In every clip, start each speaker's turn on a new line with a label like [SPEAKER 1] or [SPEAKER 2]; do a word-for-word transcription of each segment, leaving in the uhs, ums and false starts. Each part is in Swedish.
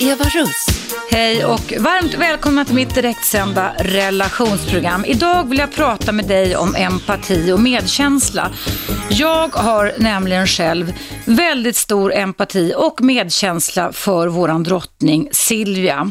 [SPEAKER 1] Eva Russ.
[SPEAKER 2] Hej och varmt välkomna till mitt direktsända relationsprogram. Idag vill jag prata med dig om empati och medkänsla. Jag har nämligen själv väldigt stor empati och medkänsla för våran drottning Silvia.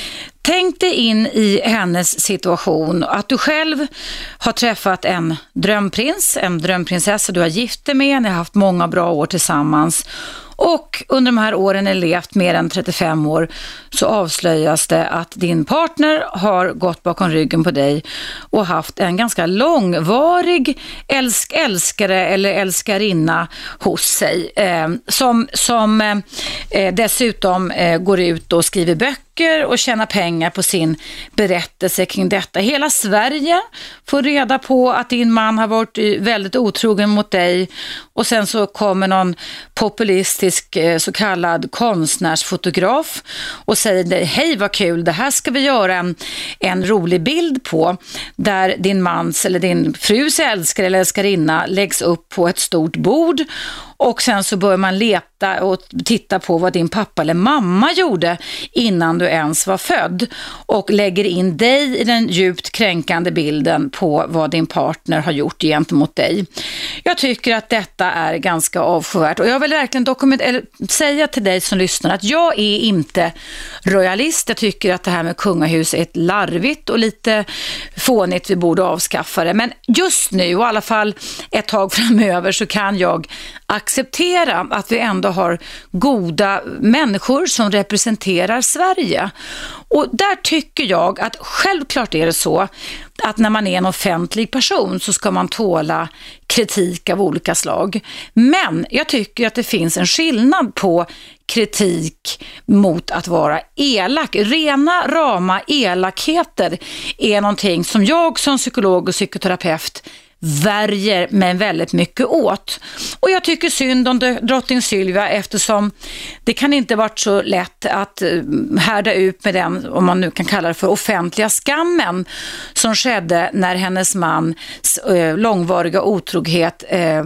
[SPEAKER 2] Tänk dig in i hennes situation, att du själv har träffat en drömprins, en drömprinsessa du har gift dig med, ni har haft många bra år tillsammans. Och under de här åren ni levt mer än trettiofem år så avslöjas det att din partner har gått bakom ryggen på dig och haft en ganska långvarig älsk, älskare eller älskarinna hos sig. Eh, som som eh, dessutom eh, går ut och skriver böcker och tjänar pengar på sin berättelse kring detta. Hela Sverige får reda på att din man har varit väldigt otrogen mot dig och sen så kommer någon populistisk så kallad konstnärsfotograf och säger hej vad kul, det här ska vi göra en, en rolig bild på där din mans eller din frus älskare eller älskarinna läggs upp på ett stort bord. Och sen så börjar man leta och titta på vad din pappa eller mamma gjorde innan du ens var född. Och lägger in dig i den djupt kränkande bilden på vad din partner har gjort gentemot dig. Jag tycker att detta är ganska avskyvärt. Och jag vill verkligen dokument- eller säga till dig som lyssnar att jag är inte royalist. Jag tycker att det här med kungahus är ett larvigt och lite fånigt. Vi borde avskaffa det. Men just nu, och i alla fall ett tag framöver, så kan jag acceptera att vi ändå har goda människor som representerar Sverige. Och där tycker jag att självklart är det så att när man är en offentlig person så ska man tåla kritik av olika slag. Men jag tycker att det finns en skillnad på kritik mot att vara elak. Rena, rama elakheter är någonting som jag som psykolog och psykoterapeut värjer mig väldigt mycket åt. Och jag tycker synd om drottning Silvia eftersom det kan inte varit så lätt att härda ut med den, om man nu kan kalla det för offentliga skammen som skedde när hennes mans långvariga otrohet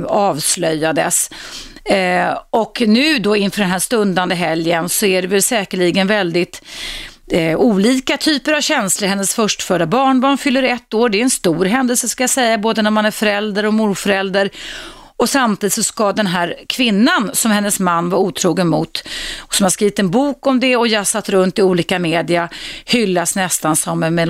[SPEAKER 2] avslöjades. Eh, och nu då inför den här stundande helgen så är det väl säkerligen väldigt eh, olika typer av känslor. Hennes förstfödda barnbarn fyller ett år. Det är en stor händelse ska jag säga, både när man är förälder och morförälder. Och samtidigt så ska den här kvinnan som hennes man var otrogen mot och som har skrivit en bok om det och jassat runt i olika media hyllas nästan som en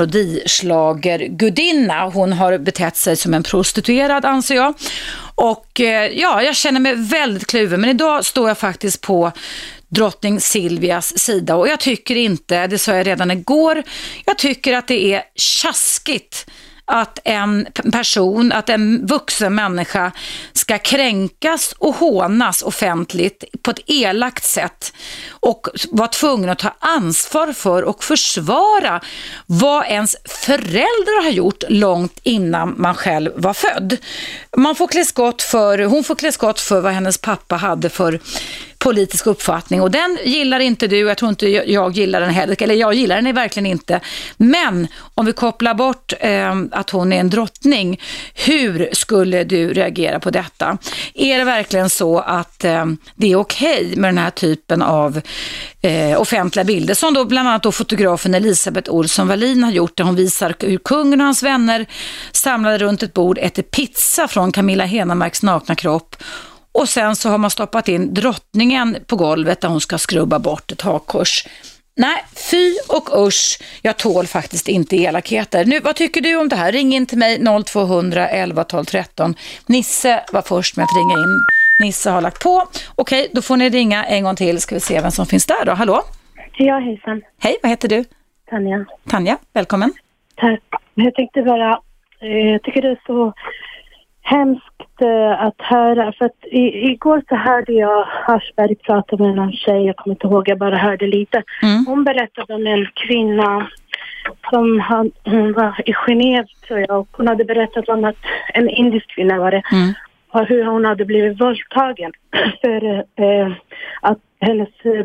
[SPEAKER 2] melodislagergudinna. Hon har betett sig som en prostituerad, anser jag. Och ja, jag känner mig väldigt kluven, men idag står jag faktiskt på drottning Silvias sida och jag tycker inte, det sa jag redan igår, jag tycker att det är tjaskigt att en person, att en vuxen människa ska kränkas och hånas offentligt på ett elakt sätt och vara tvungen att ta ansvar för och försvara vad ens föräldrar har gjort långt innan man själv var född. Man får klä skott för, hon får klä skott för vad hennes pappa hade för politisk uppfattning och den gillar inte du, jag tror inte jag gillar den heller, eller jag gillar den verkligen inte. Men om vi kopplar bort eh, att hon är en drottning, hur skulle du reagera på detta? Är det verkligen så att eh, det är okej med den här typen av eh, offentliga bilder som då bland annat då fotografen Elisabeth Olsson Wallin har gjort där hon visar hur kungen och hans vänner samlade runt ett bord, äter pizza från Camilla Henemarks nakna kropp. Och sen så har man stoppat in drottningen på golvet där hon ska skrubba bort ett hakkors. Nej, fy och usch, jag tål faktiskt inte elakheter. Nu, vad tycker du om det här? Ring in till mig noll två hundra elva tolv tretton. Nisse var först med att ringa in. Nisse har lagt på. Okej, då får ni ringa en gång till. Ska vi se vem som finns där då. Hallå?
[SPEAKER 3] Ja, hejsan.
[SPEAKER 2] Hej, vad heter du?
[SPEAKER 3] Tanja.
[SPEAKER 2] Tanja, välkommen.
[SPEAKER 3] Tack. Jag tänkte bara, jag tycker det är så hemskt att höra, för att i, igår så hörde jag Aschberg prata med en tjej, jag kommer inte ihåg, jag bara hörde lite. Mm. Hon berättade om en kvinna som han, hon var i Genève tror jag, och hon hade berättat om att en indisk kvinna var det, mm. och hur hon hade blivit våldtagen för eh, att hennes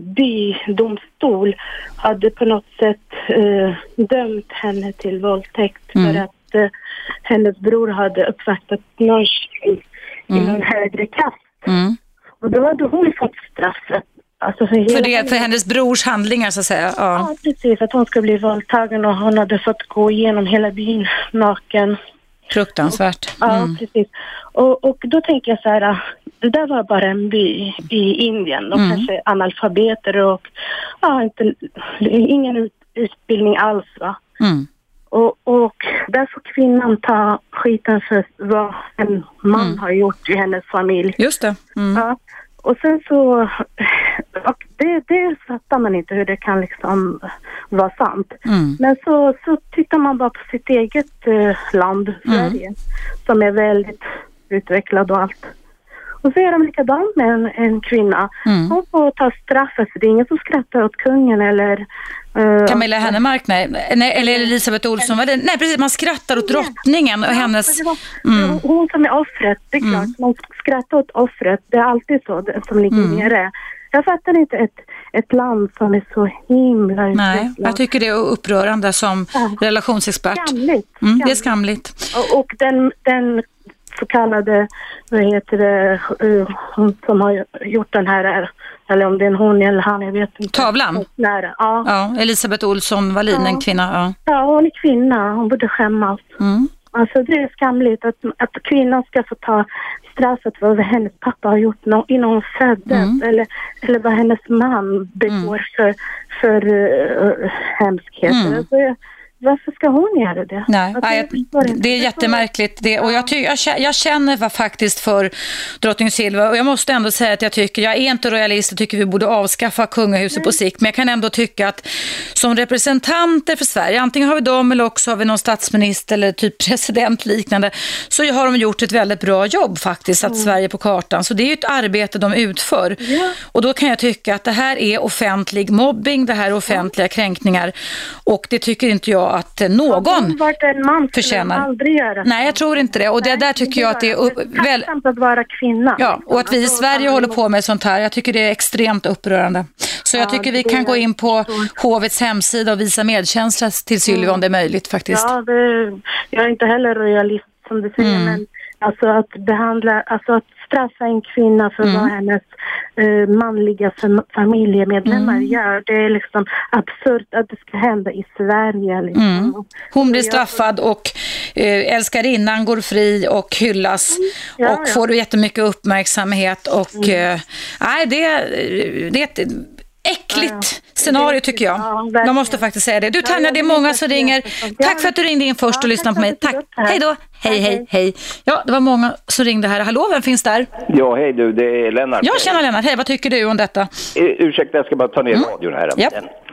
[SPEAKER 3] bydomstol hade på något sätt eh, dömt henne till våldtäkt mm. för att hennes bror hade uppvaktat någon mm. i någon högre klass. Mm. Och då hade hon fått straffet Alltså för,
[SPEAKER 2] för, det, för hennes brors handlingar så att säga. Ja.
[SPEAKER 3] Ja, precis. Att hon ska bli våldtagen och hon hade fått gå igenom hela byn naken.
[SPEAKER 2] Fruktansvärt.
[SPEAKER 3] Mm. Ja, precis. Och, och då tänker jag så här, det där var bara en by i Indien. De mm. kanske är analfabeter och ja, inte, ingen ut, utbildning alls va. Mm. Och, och där får kvinnan ta skiten för vad en man mm. har gjort i hennes familj.
[SPEAKER 2] Just det. Mm.
[SPEAKER 3] Ja. Och sen så, och det, det fattar man inte hur det kan liksom vara sant. Mm. Men så, så tittar man bara på sitt eget eh, land, Sverige, mm. som är väldigt utvecklad och allt. Och så är de likadant med en, en kvinna. Mm. Hon får ta straffet, det är ingen som skrattar åt kungen eller... Uh,
[SPEAKER 2] Camilla Hennemark, nej. nej. Eller Elisabeth Olsson, var det? Nej, precis, man skrattar åt drottningen och ja, hennes...
[SPEAKER 3] Mm. Hon som är offret, det är klart. Mm. Man skrattar åt offret, det är alltid så, det, som ligger mm. nere. Jag fattar inte ett, ett land som är så himla
[SPEAKER 2] Nej, utvecklat. Jag tycker det är upprörande som ja. relationsexpert.
[SPEAKER 3] Skamligt.
[SPEAKER 2] Mm, det är skamligt.
[SPEAKER 3] Och, och den... den så kallade, vad heter det, hon som har gjort den här, eller om det är en hon eller han, jag vet inte.
[SPEAKER 2] Tavlan?
[SPEAKER 3] Ja.
[SPEAKER 2] ja, Elisabeth Olsson Wallin, ja. en kvinna. Ja.
[SPEAKER 3] ja, hon är kvinna, hon borde skämmas. Mm. Alltså det är skamligt att, att kvinnan ska få ta straffet för vad hennes pappa har gjort no, innan hon föddes, mm. eller, eller vad hennes man begår mm. för, för uh, hemskheter. Mm. Alltså, varför ska hon göra det?
[SPEAKER 2] Nej, nej jag, det är jättemärkligt. Det, och jag, ty, jag, jag känner faktiskt för drottning Silvia. Och jag måste ändå säga att jag tycker, jag är inte royalist och tycker vi borde avskaffa kungahuset Nej. på sikt. Men jag kan ändå tycka att som representanter för Sverige, antingen har vi dem eller också har vi någon statsminister eller typ president liknande, så har de gjort ett väldigt bra jobb faktiskt, att mm. Sverige på kartan. Så det är ju ett arbete de utför. Ja. Och då kan jag tycka att det här är offentlig mobbing, det här är offentliga ja. kränkningar. Och det tycker inte jag att någon förtjänar. Nej, jag tror inte det. Och det där tycker jag att det är upp, väl...
[SPEAKER 3] att vara kvinna.
[SPEAKER 2] Ja, och att vi i Sverige håller på med sånt här. Jag tycker det är extremt upprörande. Så jag tycker vi kan gå in på hovets hemsida och visa medkänsla till Sylvia om det är möjligt faktiskt.
[SPEAKER 3] Ja, det, jag är inte heller royalist som du säger, mm. men alltså att behandla, alltså att straffa en kvinna för mm. vad hennes eh, manliga familjemedlemmar mm. gör. Det är liksom absurt att det ska hända i Sverige. Liksom. Mm.
[SPEAKER 2] Hon blir straffad och eh, älskarinnan går fri och hyllas mm. ja, och ja. får jättemycket uppmärksamhet. Och mm. eh, nej, det, det är ett äckligt ja, ja. scenario tycker jag. Ja, jag måste faktiskt säga det. Du Tanja, det är många som ringer. Tack för att du ringde in först och lyssnade på mig. Tack. Hej då. Hej, hej, hej. Ja, det var många som ringde här. Hallå, vem finns där?
[SPEAKER 1] Ja, hej du, det är Lennart.
[SPEAKER 2] Ja, tjena Lennart. Hej, vad tycker du om detta?
[SPEAKER 1] Uh, ursäkta, jag ska bara ta ner mm. radion här.
[SPEAKER 2] Yep.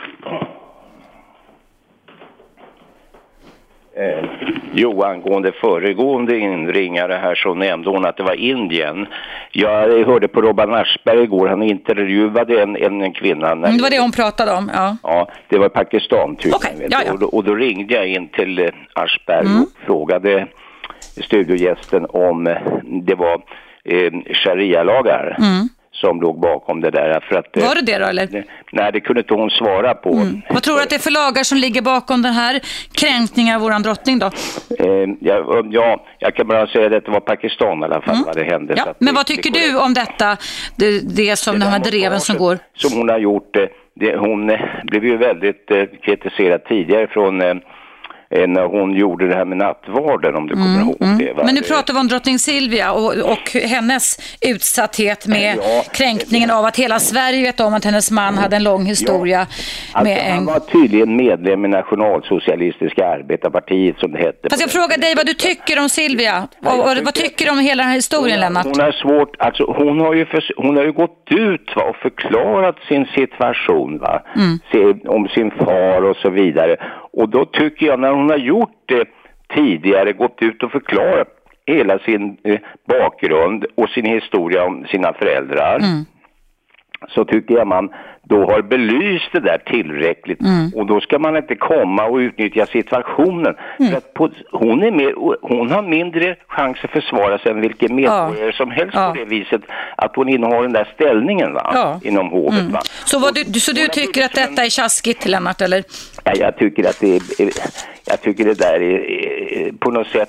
[SPEAKER 1] Eh, jo, angående föregående inringare här så nämnde hon att det var Indien. Jag hörde på Robban Aschberg igår, han intervjuade en, en, en kvinna.
[SPEAKER 2] När det var det hon pratade om, ja.
[SPEAKER 1] Ja, det var Pakistan typ.
[SPEAKER 2] Okay, ja, ja.
[SPEAKER 1] Och, då, och då ringde jag in till Aschberg mm. och frågade studiogästen om det var eh, sharia-lagar. Mm. som låg bakom det där. För att,
[SPEAKER 2] var det det då eller?
[SPEAKER 1] Det, nej, det kunde inte hon svara på. Mm.
[SPEAKER 2] Vad tror du att det är för lagar som ligger bakom den här kränkningen av våran drottning då?
[SPEAKER 1] Eh, ja, ja, jag kan bara säga att det var Pakistan i alla fall mm. vad det hände.
[SPEAKER 2] Ja.
[SPEAKER 1] Så att
[SPEAKER 2] Men
[SPEAKER 1] det,
[SPEAKER 2] vad tycker
[SPEAKER 1] det
[SPEAKER 2] du om detta? Det, det som det de här dreven som går?
[SPEAKER 1] Som hon har gjort. Det, hon eh, blev ju väldigt eh, kritiserad tidigare från... Eh, när hon gjorde det här med nattvarden, om du kommer mm, ihåg mm. det. Va?
[SPEAKER 2] Men nu pratar vi om drottning Silvia och, och hennes utsatthet med ja, kränkningen av att hela Sverige vet om att hennes man hade en lång historia. Ja,
[SPEAKER 1] alltså
[SPEAKER 2] med en...
[SPEAKER 1] Han var tydligen medlem i Nationalsocialistiska arbetarpartiet som det hette.
[SPEAKER 2] Fast jag frågar dig vad du tycker om Silvia. Och, och, tycker... Vad tycker du om hela den här historien,
[SPEAKER 1] hon,
[SPEAKER 2] Lennart?
[SPEAKER 1] Hon har svårt, alltså hon har ju, för, hon har ju gått ut va, och förklarat sin situation va? Mm. Se, om sin far och så vidare. Och då tycker jag när hon har gjort det tidigare, gått ut och förklarat hela sin eh, bakgrund och sin historia om sina föräldrar mm. så tycker jag man då har belyst det där tillräckligt mm. och då ska man inte komma och utnyttja situationen mm. för att på, hon, är mer, hon har mindre chans att försvara sig än vilken medborgare ja. som helst ja. på det viset att hon innehar den där ställningen va? Ja. inom hovet mm. va.
[SPEAKER 2] Så, vad du, så du tycker att detta är tjaskigt, Lennart, eller?
[SPEAKER 1] Ja, jag tycker att det är, jag tycker det där är, är på något sätt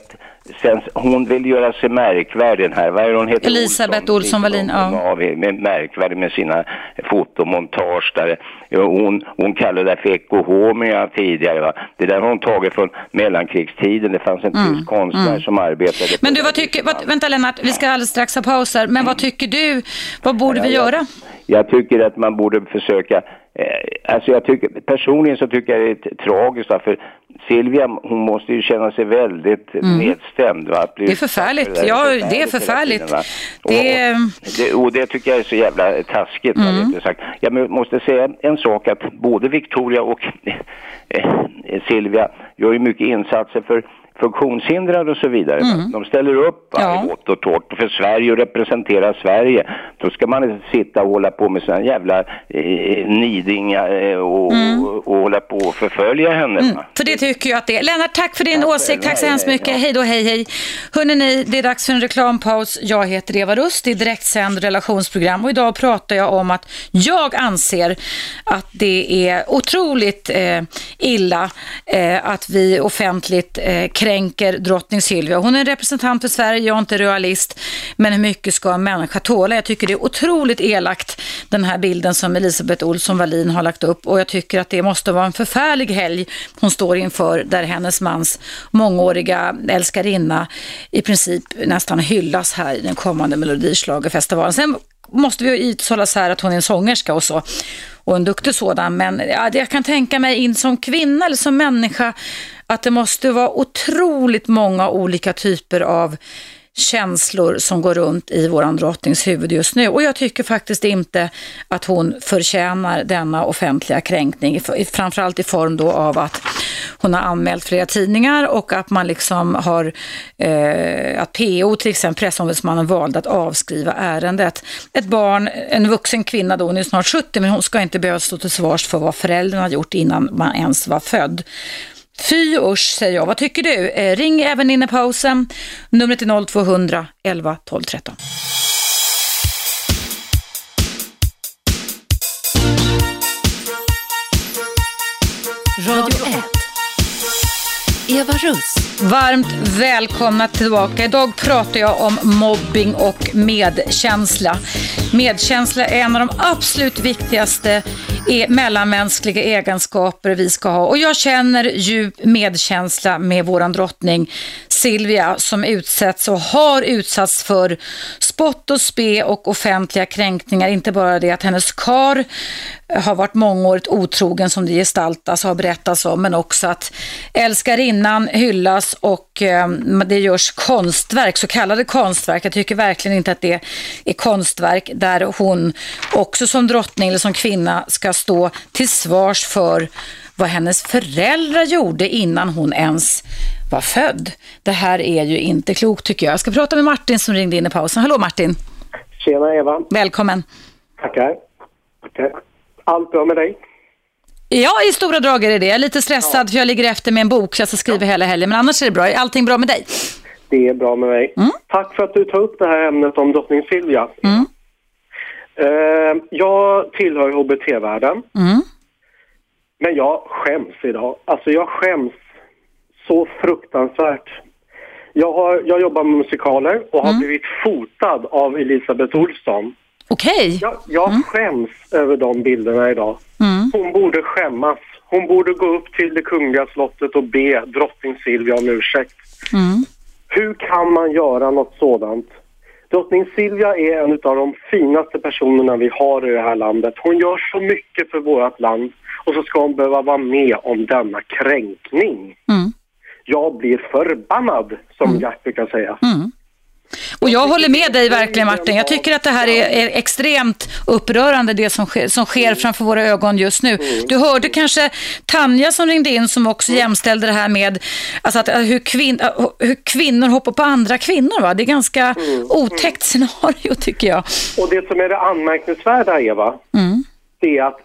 [SPEAKER 1] sen, hon vill göra sig märkvärdig här. Vad är hon heter?
[SPEAKER 2] Elisabeth Olsson Wallin, ja.
[SPEAKER 1] Med märkvärdig med sina fotomontage där. Hon, hon kallade det för ekohomia tidigare, va? Det där har hon tagit från mellankrigstiden. Det fanns en mm. tysk konstnär mm. som arbetade.
[SPEAKER 2] Men du, vad tycker, vad, vänta Lennart, vi ska alldeles strax ha pauser. Men vad tycker du? Vad borde ja, vi
[SPEAKER 1] jag,
[SPEAKER 2] göra?
[SPEAKER 1] Jag tycker att man borde försöka, eh, alltså jag tycker, personligen så tycker jag det är tragiskt, för Silvia, hon måste ju känna sig väldigt mm. nedstämd. Va?
[SPEAKER 2] Det är förfärligt, det ja det är förfärligt. Tiden, det...
[SPEAKER 1] Och, det, och det tycker jag är så jävla taskigt. Mm. Sagt. Jag måste säga en sak, att både Victoria och eh, Silvia gör ju mycket insatser för funktionshindrade och så vidare. Mm. De ställer upp ja. Gott och torrt för Sverige och representerar Sverige. Då ska man inte sitta och hålla på med sådana jävla eh, nidinga eh, och, mm. och, och hålla på och förfölja henne. Mm.
[SPEAKER 2] För det tycker jag att det är. Lennart, tack för din tack åsikt. Tack så hemskt mycket. Ja. Hej då, hej hej. Hörrni ni, det är dags för en reklampaus. Jag heter Eva Rust, det är direktsänd relationsprogram och idag pratar jag om att jag anser att det är otroligt eh, illa eh, att vi offentligt eh, kränker drottning Silvia. Hon är en representant för Sverige, jag är inte realist, men hur mycket ska en människa tåla? Jag tycker det är otroligt elakt, den här bilden som Elisabeth Olsson Wallin har lagt upp, och jag tycker att det måste vara en förfärlig helg hon står inför, där hennes mans mångåriga älskarinna i princip nästan hyllas här i den kommande Melodislagerfestivalen. Sen måste vi ju givetvis hålla så här att hon är en sångerska och så, och en duktig sådan, men ja, jag kan tänka mig in som kvinna eller som människa att det måste vara otroligt många olika typer av känslor som går runt i våran drottnings huvud just nu. Och jag tycker faktiskt inte att hon förtjänar denna offentliga kränkning, framförallt i form då av att hon har anmält flera tidningar och att man liksom har eh, att P O, till exempel pressombudsmannen, valde att avskriva ärendet. Ett barn, en vuxen kvinna då, hon är snart sjuttio, men hon ska inte behöva stå till svars för vad föräldrarna gjort innan man ens var född. Fy usch, säger jag. Vad tycker du? Eh, ring även in i pausen. Numret är noll tvåhundra elva tolv tretton. Radio ett. Eva Russ. Varmt välkomna tillbaka. Idag pratar jag om mobbing och medkänsla. Medkänsla är en av de absolut viktigaste e- mellanmänskliga egenskaper vi ska ha. Och jag känner djup medkänsla med våran drottning Silvia, som utsätts och har utsatts för spott och spe och offentliga kränkningar. Inte bara det att hennes kar har varit mångårigt otrogen, som det gestaltas, har berättats om, men också att älskarinnan hyllas och eh, det görs konstverk, så kallade konstverk. Jag tycker verkligen inte att det är konstverk där hon också som drottning eller som kvinna ska stå till svars för vad hennes föräldrar gjorde innan hon ens var född. Det här är ju inte klokt, tycker jag. Jag ska prata med Martin som ringde in i pausen. Hallå Martin.
[SPEAKER 4] Tjena Eva.
[SPEAKER 2] Välkommen.
[SPEAKER 4] Tackar. Tackar. Allt bra med dig?
[SPEAKER 2] Ja, i stora drag är det det. Jag är lite stressad ja. för jag ligger efter med en bok så jag ska skriva ja. hela helgen. Men annars är det bra. Är allting bra med dig?
[SPEAKER 4] Det är bra med mig. Mm. Tack för att du tar upp det här ämnet om drottning Silvia.
[SPEAKER 2] Mm.
[SPEAKER 4] Uh, jag tillhör H B T-världen.
[SPEAKER 2] Mm.
[SPEAKER 4] Men jag skäms idag. Alltså jag skäms så fruktansvärt. Jag, har, jag jobbar med musikaler och har mm. blivit fotad av Elisabeth Olsson.
[SPEAKER 2] Okej. Okay.
[SPEAKER 4] Jag, jag mm. skäms över de bilderna idag.
[SPEAKER 2] Mm.
[SPEAKER 4] Hon borde skämmas. Hon borde gå upp till det kungliga slottet och be drottning Silvia om ursäkt.
[SPEAKER 2] Mm.
[SPEAKER 4] Hur kan man göra något sådant? Drottning Silvia är en av de finaste personerna vi har i det här landet. Hon gör så mycket för vårt land. Och så ska hon behöva vara med om denna kränkning.
[SPEAKER 2] Mm.
[SPEAKER 4] Jag blir förbannad, som mm. Jack brukar säga.
[SPEAKER 2] Mm. Och jag håller med dig verkligen, Martin. Jag tycker att det här är, är extremt upprörande, det som sker, som sker framför våra ögon just nu. Mm. Du hörde kanske Tanja som ringde in, som också mm. jämställde det här med alltså att, hur, kvin, hur kvinnor hoppar på andra kvinnor. Va? Det är ganska mm. otäckt scenario, tycker jag.
[SPEAKER 4] Och det som är det anmärkningsvärda, Eva,
[SPEAKER 2] mm.
[SPEAKER 4] det är att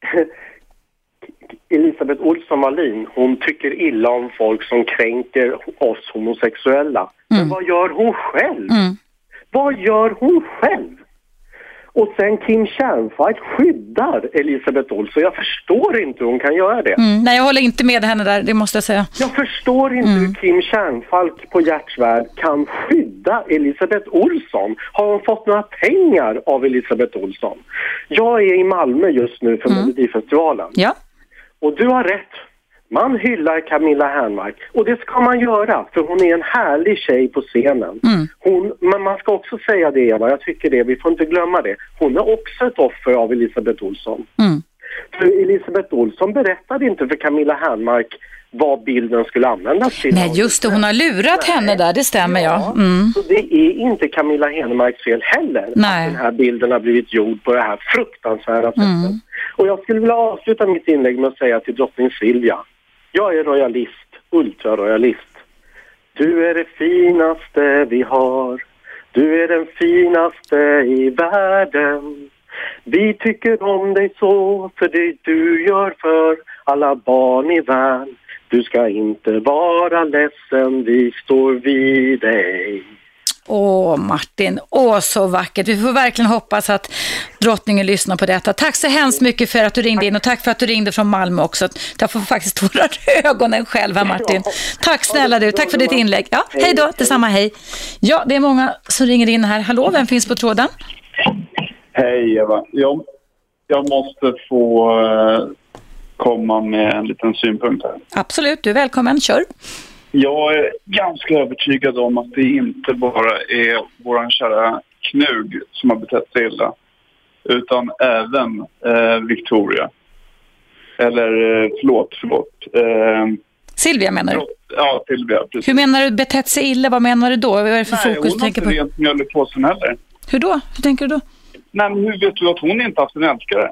[SPEAKER 4] Elisabeth Olsson Wallin, hon tycker illa om folk som kränker oss homosexuella. Mm. Men vad gör hon själv?
[SPEAKER 2] Mm.
[SPEAKER 4] Vad gör hon själv? Och sen Kim Kärnfalk skyddar Elisabeth Olsson. Jag förstår inte hur hon kan göra det.
[SPEAKER 2] Mm, nej, jag håller inte med henne där, det måste jag säga.
[SPEAKER 4] Jag förstår inte mm. hur Kim Kärnfalk på Hjärtsvärd kan skydda Elisabeth Olsson. Har hon fått några pengar av Elisabeth Olsson? Jag är i Malmö just nu för mm. Melodifestivalen.
[SPEAKER 2] Ja.
[SPEAKER 4] Och du har rätt. Man hyllar Camilla Härnmark. Och det ska man göra, för hon är en härlig tjej på scenen. Mm. Hon, men man ska också säga det, Eva, jag tycker det, vi får inte glömma det. Hon är också ett offer av Elisabeth Olsson. Mm. För Elisabeth Olsson berättade inte för Camilla Härnmark vad bilden skulle användas till.
[SPEAKER 2] Nej, just det, hon har lurat Nej. henne där, det stämmer ja. Mm.
[SPEAKER 4] Så det är inte Camilla Härnmarks fel heller. Nej. Att den här bilden har blivit gjord på det här fruktansvärda sättet. Mm. Och jag skulle vilja avsluta mitt inlägg med att säga till drottning Silvia: jag är royalist, ultraroyalist. Du är det finaste vi har. Du är den finaste i världen. Vi tycker om dig så för det du gör för alla barn i världen. Du ska inte vara ledsen, vi står vid dig.
[SPEAKER 2] Åh Martin, åh så vackert. Vi får verkligen hoppas att drottningen lyssnar på detta. Tack så hemskt mycket för att du ringde in och tack för att du ringde från Malmö också. Jag får faktiskt tårar i ögonen själv här Martin. Tack snälla du, tack för ditt inlägg. Ja, hej då, detsamma, hej. Ja, det är många som ringer in här. Hallå, vem finns på tråden?
[SPEAKER 5] Hej Eva, jag, jag måste få uh, komma med en liten synpunkt här.
[SPEAKER 2] Absolut, du är välkommen, kör.
[SPEAKER 5] Jag är ganska övertygad om att det inte bara är våran kära Knug som har betett sig illa, utan även eh, Victoria. Eller eh, förlåt, förlåt. Eh,
[SPEAKER 2] Silvia menar du?
[SPEAKER 5] Ja, Silvia, precis.
[SPEAKER 2] Hur menar du betett sig illa? Vad menar du då? Vad är det för
[SPEAKER 5] Nej,
[SPEAKER 2] fokus du tänker på?
[SPEAKER 5] Nej, hon har inte rent mjöl i påsen heller.
[SPEAKER 2] Hur då? Hur tänker du då?
[SPEAKER 5] Nej, men hur vet du att hon inte haft en älskare?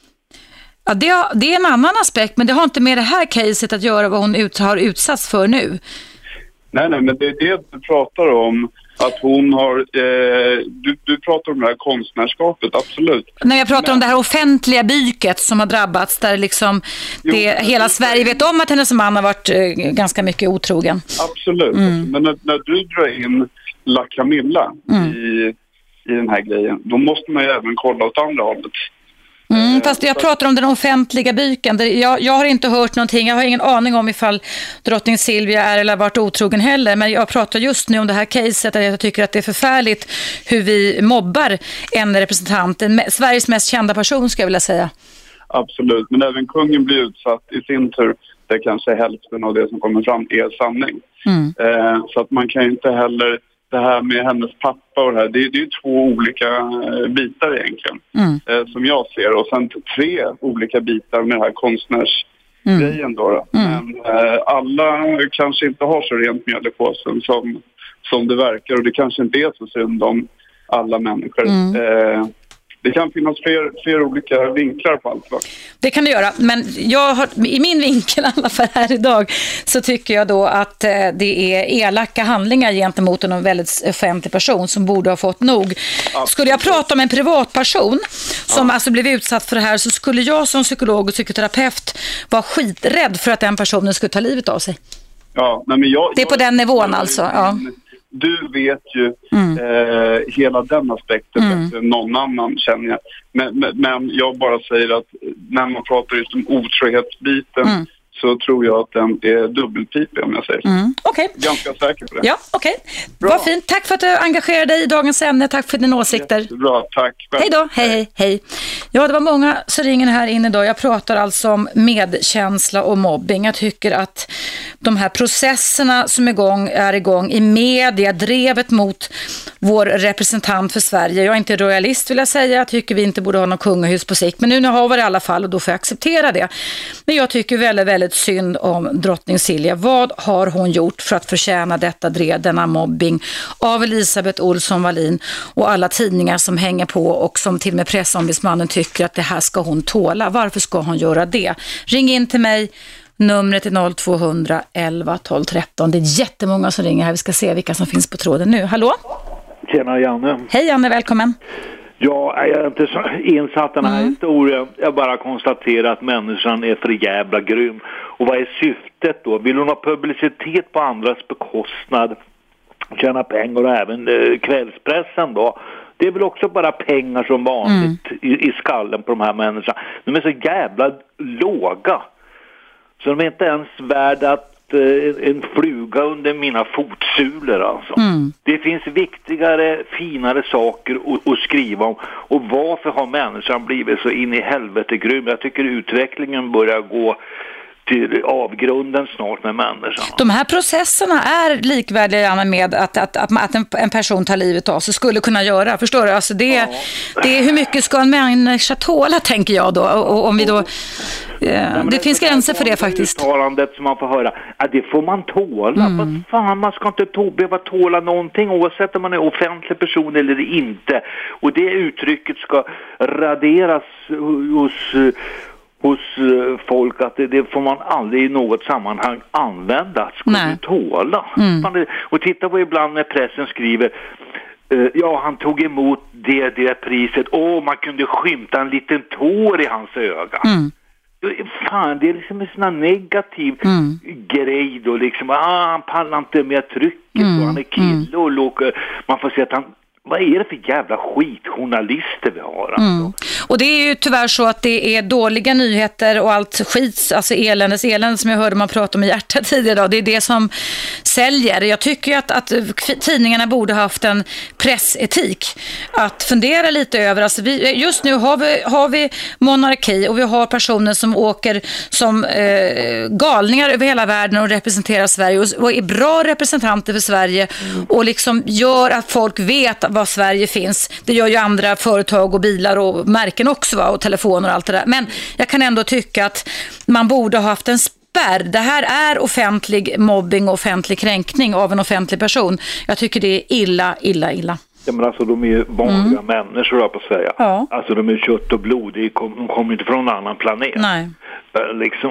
[SPEAKER 2] Ja, det, har, det är en annan aspekt, men det har inte med det här caset att göra vad hon ut, har utsatts för nu.
[SPEAKER 5] Nej, nej, men det är det du pratar om. Att hon har... Eh, du, du pratar om det här konstnärskapet, absolut.
[SPEAKER 2] Nej, jag pratar
[SPEAKER 5] men...
[SPEAKER 2] om det här offentliga byket som har drabbats, där liksom det, jo, hela Sverige vet om att hennes man har varit eh, ganska mycket otrogen.
[SPEAKER 5] Absolut, mm. men när, när du drar in La Camilla mm. i, i den här grejen, då måste man ju även kolla åt andra hållet.
[SPEAKER 2] Mm, fast jag pratar om den offentliga byken. Jag, jag har inte hört någonting. Jag har ingen aning om ifall drottning Silvia är eller varit otrogen heller. Men jag pratar just nu om det här caset. Jag tycker att det är förfärligt hur vi mobbar en representant. En, Sveriges mest kända person, ska jag vilja säga.
[SPEAKER 5] Absolut, men även kungen blir utsatt i sin tur. Det kanske hälften av det som kommer fram är sanning. Mm. Eh, så att man kan inte heller... Det här med hennes pappa och det här, det är ju två olika bitar egentligen. Mm. Eh, som jag ser. Och sen tre olika bitar med det här konstnärsgrejen mm. då. då. Mm. Men eh, alla kanske inte har så rent mjöl i påsen som, som det verkar. Och det kanske inte är så synd om alla människor. Mm. Eh, Det kan finnas fler, fler olika vinklar på allt, va? Det
[SPEAKER 2] kan det göra, men jag har, i min vinkel i alla fall här idag, så tycker jag då att eh, det är elaka handlingar gentemot en väldigt offentlig person som borde ha fått nog. Absolut. Skulle jag prata om en privatperson som ja. alltså blev utsatt för det här, så skulle jag som psykolog och psykoterapeut vara skiträdd för att den personen skulle ta livet av sig.
[SPEAKER 5] Ja, nej, men jag,
[SPEAKER 2] det är på
[SPEAKER 5] jag,
[SPEAKER 2] den nivån
[SPEAKER 5] jag,
[SPEAKER 2] alltså, ja.
[SPEAKER 5] Du vet ju mm. eh, hela den aspekten mm. bättre än någon annan, känner jag. Men, men, men jag bara säger att när man pratar just om otrohetsbiten mm. så tror jag att den är dubbelpipig, om jag säger så.
[SPEAKER 2] Mm. Okay.
[SPEAKER 5] Ganska säker på det.
[SPEAKER 2] Ja, okej. Okay. Vad fint. Tack för att du engagerar dig i dagens ämne. Tack för dina åsikter.
[SPEAKER 5] Bra, tack.
[SPEAKER 2] Hej då. Hej, hej, hej. Ja, det var många som ringer här inne idag. Jag pratar alltså om medkänsla och mobbing. Jag tycker att de här processerna som är igång, är igång i media, drevet mot vår representant för Sverige. Jag är inte royalist, vill jag säga. Jag tycker vi inte borde ha någon kungahus på sikt. Men nu, nu har vi det i alla fall och då får jag acceptera det. Men jag tycker väldigt, väldigt synd om drottning Silvia. Vad har hon gjort för att förtjäna detta drev, denna mobbing av Elisabeth Olsson Wallin och alla tidningar som hänger på och som till och med pressombudsmannen tycker att det här ska hon tåla. Varför ska hon göra det? Ring in till mig. Numret är noll två hundra elva tolv tretton. Det är jättemånga som ringer här. Vi ska se vilka som finns på tråden nu. Hallå?
[SPEAKER 6] Tjena Janne.
[SPEAKER 2] Hej Janne, välkommen.
[SPEAKER 6] Ja, jag är inte så insatt i den här mm. historien. Jag bara konstaterar att människan är för jävla grym. Och vad är syftet då? Vill hon ha publicitet på andras bekostnad? Tjäna pengar och även eh, kvällspressen då? Det är väl också bara pengar som vanligt mm. i, i skallen på de här människorna. De är så jävla låga. Så de är inte ens värda att eh, en fluga under mina fotsulor alltså. Mm. Det finns viktigare, finare saker att, att skriva om. Och varför har människan blivit så in i helvete grym? Jag tycker utvecklingen börjar gå till avgrunden snart med människan.
[SPEAKER 2] De här processerna är likvärdiga med att, att, att, att en, en person tar livet av sig skulle kunna göra, förstår du? Alltså det, ja. det är hur mycket ska en människa tåla, tänker jag då. Och, och om vi då eh, ja, det, det finns gränser för det faktiskt.
[SPEAKER 6] Uttalandet som man får höra, ja, det får man tåla. Mm. Vad fan, man ska inte tå, behöva tåla någonting oavsett om man är offentlig person eller inte. Och det uttrycket ska raderas hos hos folk, att det, det får man aldrig i något sammanhang använda. Ska du tåla? Mm. Och titta på ibland när pressen skriver uh, ja, han tog emot det, det priset. Åh, oh, man kunde skymta en liten tår i hans öga. Mm. Fan, det är liksom en sån här negativ mm. grej då. Liksom, ah, han pallar inte med trycket mm. och han är kille och låg, man får se att han... Vad är det för jävla skitjournalister vi har? Alltså?
[SPEAKER 2] Mm. Och det är ju tyvärr så att det är dåliga nyheter och allt skit, alltså eländes elände som jag hörde man prata om i hjärtat tidigare idag. Det är det som säljer. Jag tycker att, att tidningarna borde ha haft en pressetik att fundera lite över. Alltså vi, just nu har vi, har vi monarki och vi har personer som åker som eh, galningar över hela världen och representerar Sverige och, och är bra representanter för Sverige mm. och liksom gör att folk vet var Sverige finns. Det gör ju andra företag och bilar och märken också, va? Och telefoner och allt det där. Men jag kan ändå tycka att man borde ha haft en spärr. Det här är offentlig mobbing och offentlig kränkning av en offentlig person. Jag tycker det är illa, illa, illa.
[SPEAKER 6] Ja, men alltså de är ju vanliga mm. människor, jag på att säga. Ja. Alltså de är kött och blod, de kommer inte från en annan planet.
[SPEAKER 2] Nej.
[SPEAKER 6] Liksom...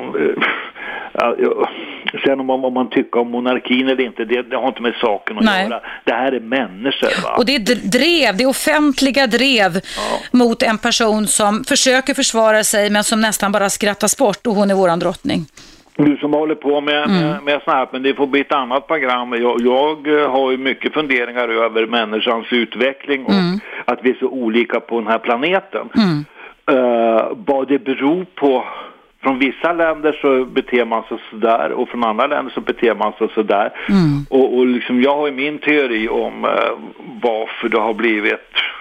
[SPEAKER 6] Ja, sen om man, om man tycker om monarkin eller inte, det, det har inte med saken att Nej. göra. Det här är människor, va?
[SPEAKER 2] Och det är drev, det är offentliga drev ja. mot en person som försöker försvara sig men som nästan bara skrattas bort, och hon är våran drottning.
[SPEAKER 6] Du som håller på med, mm. med, med snabbt, men det får bli ett annat program. Jag, jag har ju mycket funderingar över människans utveckling och mm. att vi är så olika på den här planeten. Mm. Uh, vad det beror på. Från vissa länder så beter man sig sådär och från andra länder så beter man sig sådär. Mm. Och, och liksom jag har ju min teori om eh, varför det har blivit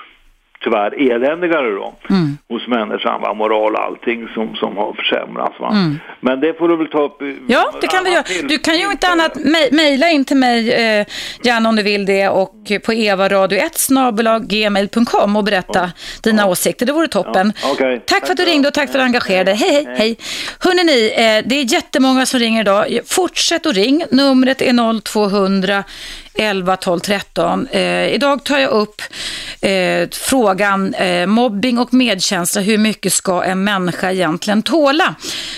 [SPEAKER 6] tyvärr eländigare då mm. hos människan, va? Moral och allting som, som har försämrats. Va? Mm. Men det får du väl ta upp.
[SPEAKER 2] Ja, det kan vi göra. Du kan ju inte annat mej- mejla in till mig eh, gärna om du vill det, och på evaradio ett snabel-a gmail punkt com och berätta ja. dina ja. åsikter. Det vore toppen. Ja. Okay. Tack, tack för att du ringde och tack för att du engagerade. Hej, hej, hej. hej. Hörrni ni, eh, det är jättemånga som ringer idag. Fortsätt att ring. Numret är noll två hundra elva tolv tretton. Eh, idag tar jag upp eh, frågan eh, mobbing och medkänsla. Hur mycket ska en människa egentligen tåla?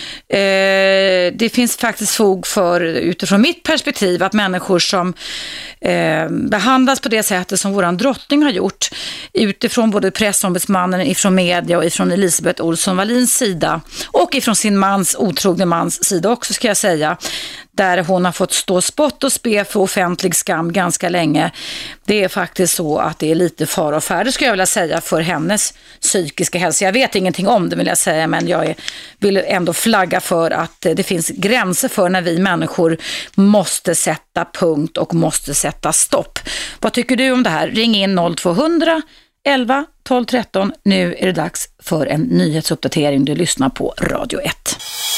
[SPEAKER 2] Eh, det finns faktiskt fog för, utifrån mitt perspektiv, att människor som eh, behandlas på det sättet som våran drottning har gjort, utifrån både pressombudsmannen, ifrån media och ifrån Elisabeth Olsson Wallins sida och ifrån sin mans, otrogne mans sida också, ska jag säga, där hon har fått stå spott och spe för offentlig skam ganska länge. Det är faktiskt så att det är lite fara och färde, skulle jag vilja säga, för hennes psykiska hälsa. Jag vet ingenting om det, vill jag säga, men jag är, vill ändå flagga för att det finns gränser för när vi människor måste sätta punkt och måste sätta stopp. Vad tycker du om det här? Ring in noll två hundra elva tolv tretton. Nu är det dags för en nyhetsuppdatering. Du lyssnar på Radio ett.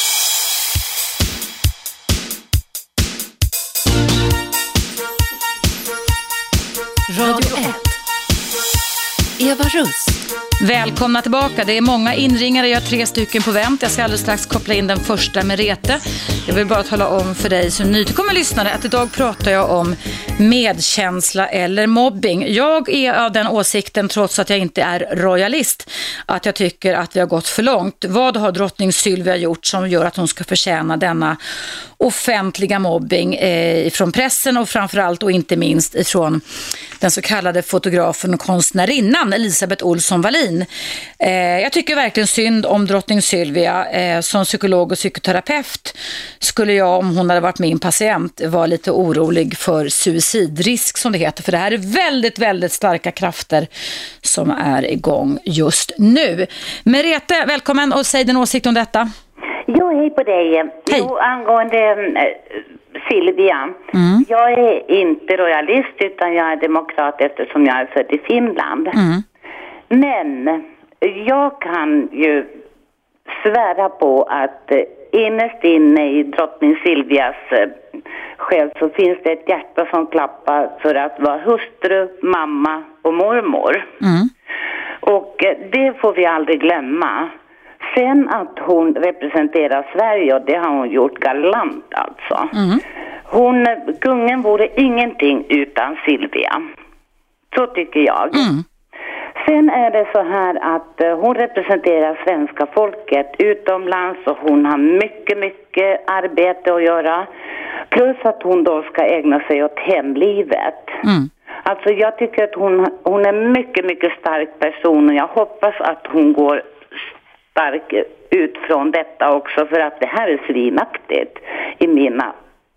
[SPEAKER 2] Radio ett. Eva Russ. Välkomna tillbaka. Det är många inringare. Jag har tre stycken på vänt. Jag ska alldeles strax koppla in den första med Rete. Jag vill bara tala om för dig som nytillkommen lyssnare att idag pratar jag om medkänsla eller mobbing. Jag är av den åsikten, trots att jag inte är royalist, att jag tycker att vi har gått för långt. Vad har drottning Sylvia gjort som gör att hon ska förtjäna denna offentliga mobbing eh, från pressen och framförallt och inte minst ifrån den så kallade fotografen och konstnärinnan Elisabeth Olsson Wallin. Eh, jag tycker verkligen synd om drottning Sylvia. Eh, som psykolog och psykoterapeut skulle jag, om hon hade varit min patient, vara lite orolig för suicidrisk som det heter. För det här är väldigt, väldigt starka krafter som är igång just nu. Merete, välkommen och säg din åsikt om detta.
[SPEAKER 7] Jo, hej på dig.
[SPEAKER 2] Hej.
[SPEAKER 7] Jo, angående äh, Silvia.
[SPEAKER 2] Mm.
[SPEAKER 7] Jag är inte royalist utan jag är demokrat eftersom jag är född i Finland.
[SPEAKER 2] Mm.
[SPEAKER 7] Men jag kan ju svära på att äh, innerst inne i drottning Silvias äh, själv så finns det ett hjärta som klappar för att vara hustru, mamma och mormor.
[SPEAKER 2] Mm.
[SPEAKER 7] Och äh, det får vi aldrig glömma. Sen att hon representerar Sverige, och det har hon gjort galant alltså.
[SPEAKER 2] Mm.
[SPEAKER 7] Hon, kungen vore ingenting utan Silvia. Så tycker jag.
[SPEAKER 2] Mm.
[SPEAKER 7] Sen är det så här att uh, hon representerar svenska folket utomlands och hon har mycket, mycket arbete att göra. Plus att hon då ska ägna sig åt hemlivet.
[SPEAKER 2] Mm.
[SPEAKER 7] Alltså jag tycker att hon, hon är mycket, mycket stark person och jag hoppas att hon går stark ut från detta också, för att det här är svinaktigt i mina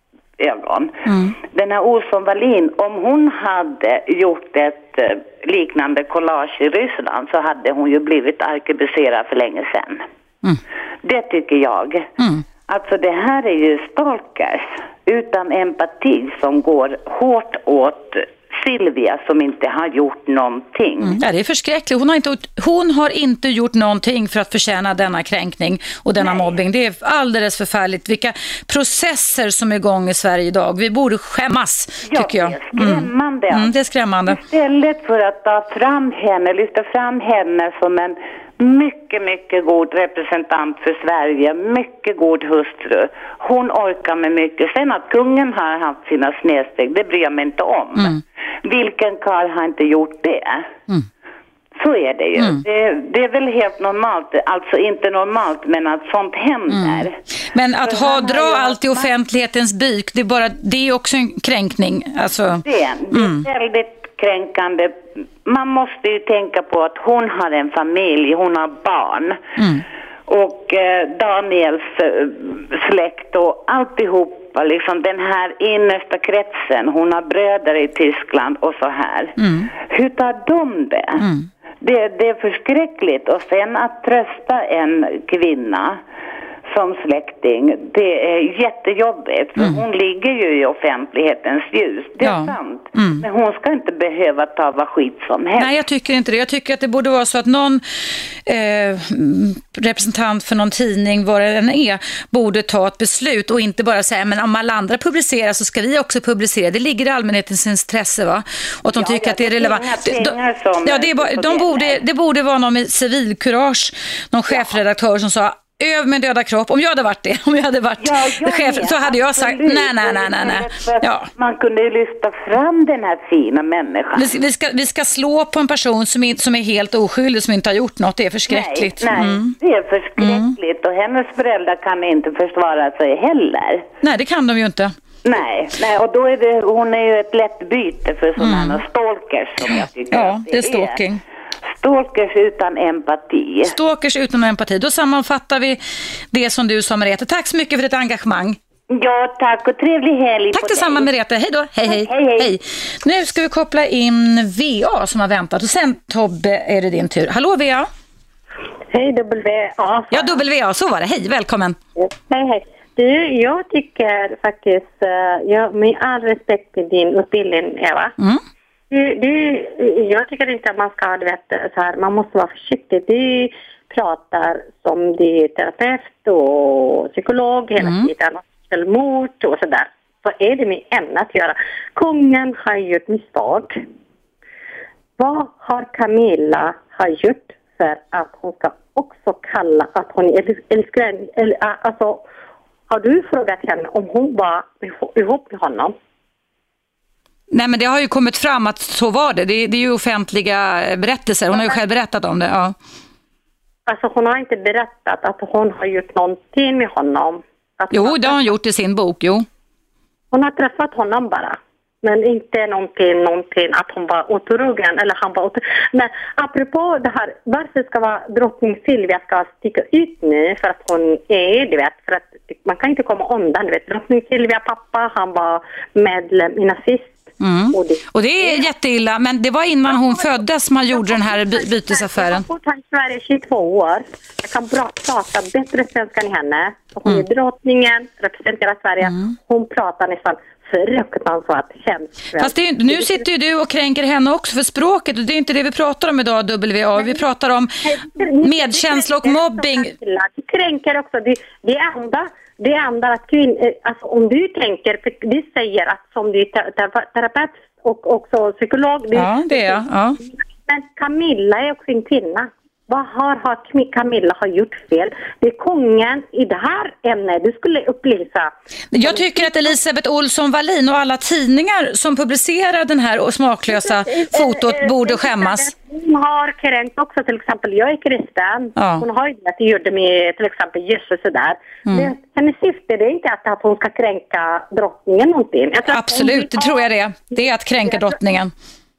[SPEAKER 7] ögon.
[SPEAKER 2] Mm.
[SPEAKER 7] Den här Olsson Wallin, om hon hade gjort ett eh, liknande collage i Ryssland så hade hon ju blivit arkebuserad för länge sedan.
[SPEAKER 2] Mm.
[SPEAKER 7] Det tycker jag.
[SPEAKER 2] Mm.
[SPEAKER 7] Alltså det här är ju stalkers utan empati som går hårt åt Silvia som inte har gjort någonting.
[SPEAKER 2] Mm. Ja, det är förskräckligt. Hon har, inte, hon har inte gjort någonting för att förtjäna denna kränkning och denna Nej. mobbing. Det är alldeles förfärligt. Vilka processer som är igång i Sverige idag. Vi borde skämmas,
[SPEAKER 7] ja,
[SPEAKER 2] tycker jag.
[SPEAKER 7] Det är skrämmande.
[SPEAKER 2] Mm. Mm, det är skrämmande.
[SPEAKER 7] Istället för att ta fram henne, lyfta fram henne som en mycket, mycket god representant för Sverige. Mycket god hustru. Hon orkar med mycket. Sen att kungen har haft sina snedsteg, det bryr jag mig inte om.
[SPEAKER 2] Mm.
[SPEAKER 7] Vilken karl har inte gjort det?
[SPEAKER 2] Mm.
[SPEAKER 7] Så är det ju.
[SPEAKER 2] Mm.
[SPEAKER 7] Det, det är väl helt normalt. Alltså inte normalt, men att sånt händer.
[SPEAKER 2] Mm. Men att
[SPEAKER 7] För
[SPEAKER 2] ha, dra
[SPEAKER 7] ju
[SPEAKER 2] allt i offentlighetens byk, det är, bara, det är också en kränkning. Alltså,
[SPEAKER 7] det, det är
[SPEAKER 2] mm.
[SPEAKER 7] väldigt kränkande. Man måste ju tänka på att hon har en familj, hon har barn.
[SPEAKER 2] Mm.
[SPEAKER 7] Och eh, Daniels eh, släkt och alltihopa, liksom den här innersta kretsen. Hon har bröder i Tyskland och så här.
[SPEAKER 2] Mm.
[SPEAKER 7] Hur tar de det?
[SPEAKER 2] Mm.
[SPEAKER 7] det? Det är förskräckligt. Och sen att trösta en kvinna som släkting, det är jättejobbigt. För mm. hon ligger ju i offentlighetens ljus. Det är
[SPEAKER 2] ja.
[SPEAKER 7] sant.
[SPEAKER 2] Mm.
[SPEAKER 7] Men hon ska inte behöva ta vad skit som helst.
[SPEAKER 2] Nej, jag tycker inte det. Jag tycker att det borde vara så att någon eh, representant för någon tidning, vad det än är, borde ta ett beslut och inte bara säga, men om alla andra publicerar så ska vi också publicera. Det ligger i allmänhetens intresse, va? Och att de ja, tycker att det är relevant.
[SPEAKER 7] De,
[SPEAKER 2] ja, det, är bara, de borde, det borde vara någon med civilkurage, någon chefredaktör som sa, över min döda kropp. Om jag hade varit det, om jag hade varit
[SPEAKER 7] ja,
[SPEAKER 2] chef, så hade jag sagt nej, nej, nej, nej, nej. Ja.
[SPEAKER 7] Man kunde ju lyfta fram den här fina människan.
[SPEAKER 2] Vi, vi, ska, vi ska slå på en person som är, som är helt oskyldig, som inte har gjort något. Det är förskräckligt.
[SPEAKER 7] Nej, nej
[SPEAKER 2] mm.
[SPEAKER 7] det är förskräckligt. Mm. Och hennes föräldrar kan inte försvara sig heller.
[SPEAKER 2] Nej, det kan de ju inte.
[SPEAKER 7] Nej, nej, och då är det, hon är ju ett lätt byte för sådana mm. stalkers som jag tycker
[SPEAKER 2] ja,
[SPEAKER 7] att det,
[SPEAKER 2] det är stalking.
[SPEAKER 7] Är. Stalkers utan empati.
[SPEAKER 2] Stalkers utan empati. Då sammanfattar vi det som du sa, Merete. Tack så mycket för ditt engagemang.
[SPEAKER 7] Ja, tack och trevlig helg.
[SPEAKER 2] Tack detsamma, Merete. Hej då. Hej, hej.
[SPEAKER 7] Hej, hej.
[SPEAKER 2] Hej. Nu ska vi koppla in V A som har väntat. Och sen, Tobbe, är det din tur. Hallå, V A.
[SPEAKER 3] Hej, W A.
[SPEAKER 2] Ja, W A. Så var det. Hej, välkommen.
[SPEAKER 3] Hej, hej. Du, jag tycker faktiskt, jag, med all respekt till din utbildning, Eva.
[SPEAKER 2] Mm.
[SPEAKER 3] Det, det, jag tycker inte att man ska, du vet, så här, man måste vara försiktig. Du pratar som det är terapeut och psykolog hela
[SPEAKER 2] mm.
[SPEAKER 3] tiden, självmord och sådär. Så är det med ämne att göra. Kungen har gjort misstag. Vad har Camilla har gjort för att hon ska också kalla att hon älskar, eller alltså, har du frågat henne om hon var ihop med honom?
[SPEAKER 2] Nej, men det har ju kommit fram att så var det. Det, det är ju offentliga berättelser. Hon har ju själv berättat om det, ja.
[SPEAKER 3] Alltså hon har inte berättat att hon har gjort någonting med honom. Att
[SPEAKER 2] jo,
[SPEAKER 3] hon
[SPEAKER 2] det har hon gjort i sin bok, jo.
[SPEAKER 3] Hon har träffat honom bara. Men inte någonting, någonting att hon var otrogen eller han var otrogen. Men apropå det här, varför ska vara drottning Silvia ska sticka ut nu för att hon är, du vet, för att man kan inte komma undan, du vet. Drottning Silvia pappa, han var medlem i nazist.
[SPEAKER 2] Mm. Och, det, och det är jätteilla, men det var innan hon föddes man gjorde den här by- bytesaffären.
[SPEAKER 3] Jag har bott här i Sverige i tjugotvå år. Jag kan bra prata bättre svenska än henne. Hon mm. är drottningen, representerar Sverige. Mm. Hon pratar nästan fruktansvärt hemskt.
[SPEAKER 2] Fast det är, nu sitter ju du och kränker henne också för språket, och det är inte det vi pratar om idag, W A. Vi pratar om medkänsla och mobbing.
[SPEAKER 3] Du kränker också. Det, det är andra Det andra att kvinn, alltså om du tänker, för vi säger att som du är terapeut och också psykolog.
[SPEAKER 2] Ja, det är jag. Ja.
[SPEAKER 3] Men Camilla är också en kvinna. Vad har, har Camilla har gjort fel? Det är kungen i det här ämnet du skulle upplysa.
[SPEAKER 2] Jag tycker att Elisabeth Olsson Wallin och alla tidningar som publicerar den här smaklösa fotot borde skämmas.
[SPEAKER 3] Hon har kränkt också, till exempel, jag är kristen. Ja. Hon har ju det att gjorde med till exempel Jesus och där. Mm. Hennes syfte är inte att, att hon ska kränka drottningen någonting.
[SPEAKER 2] Absolut, det ha... tror jag det. Det är att kränka drottningen.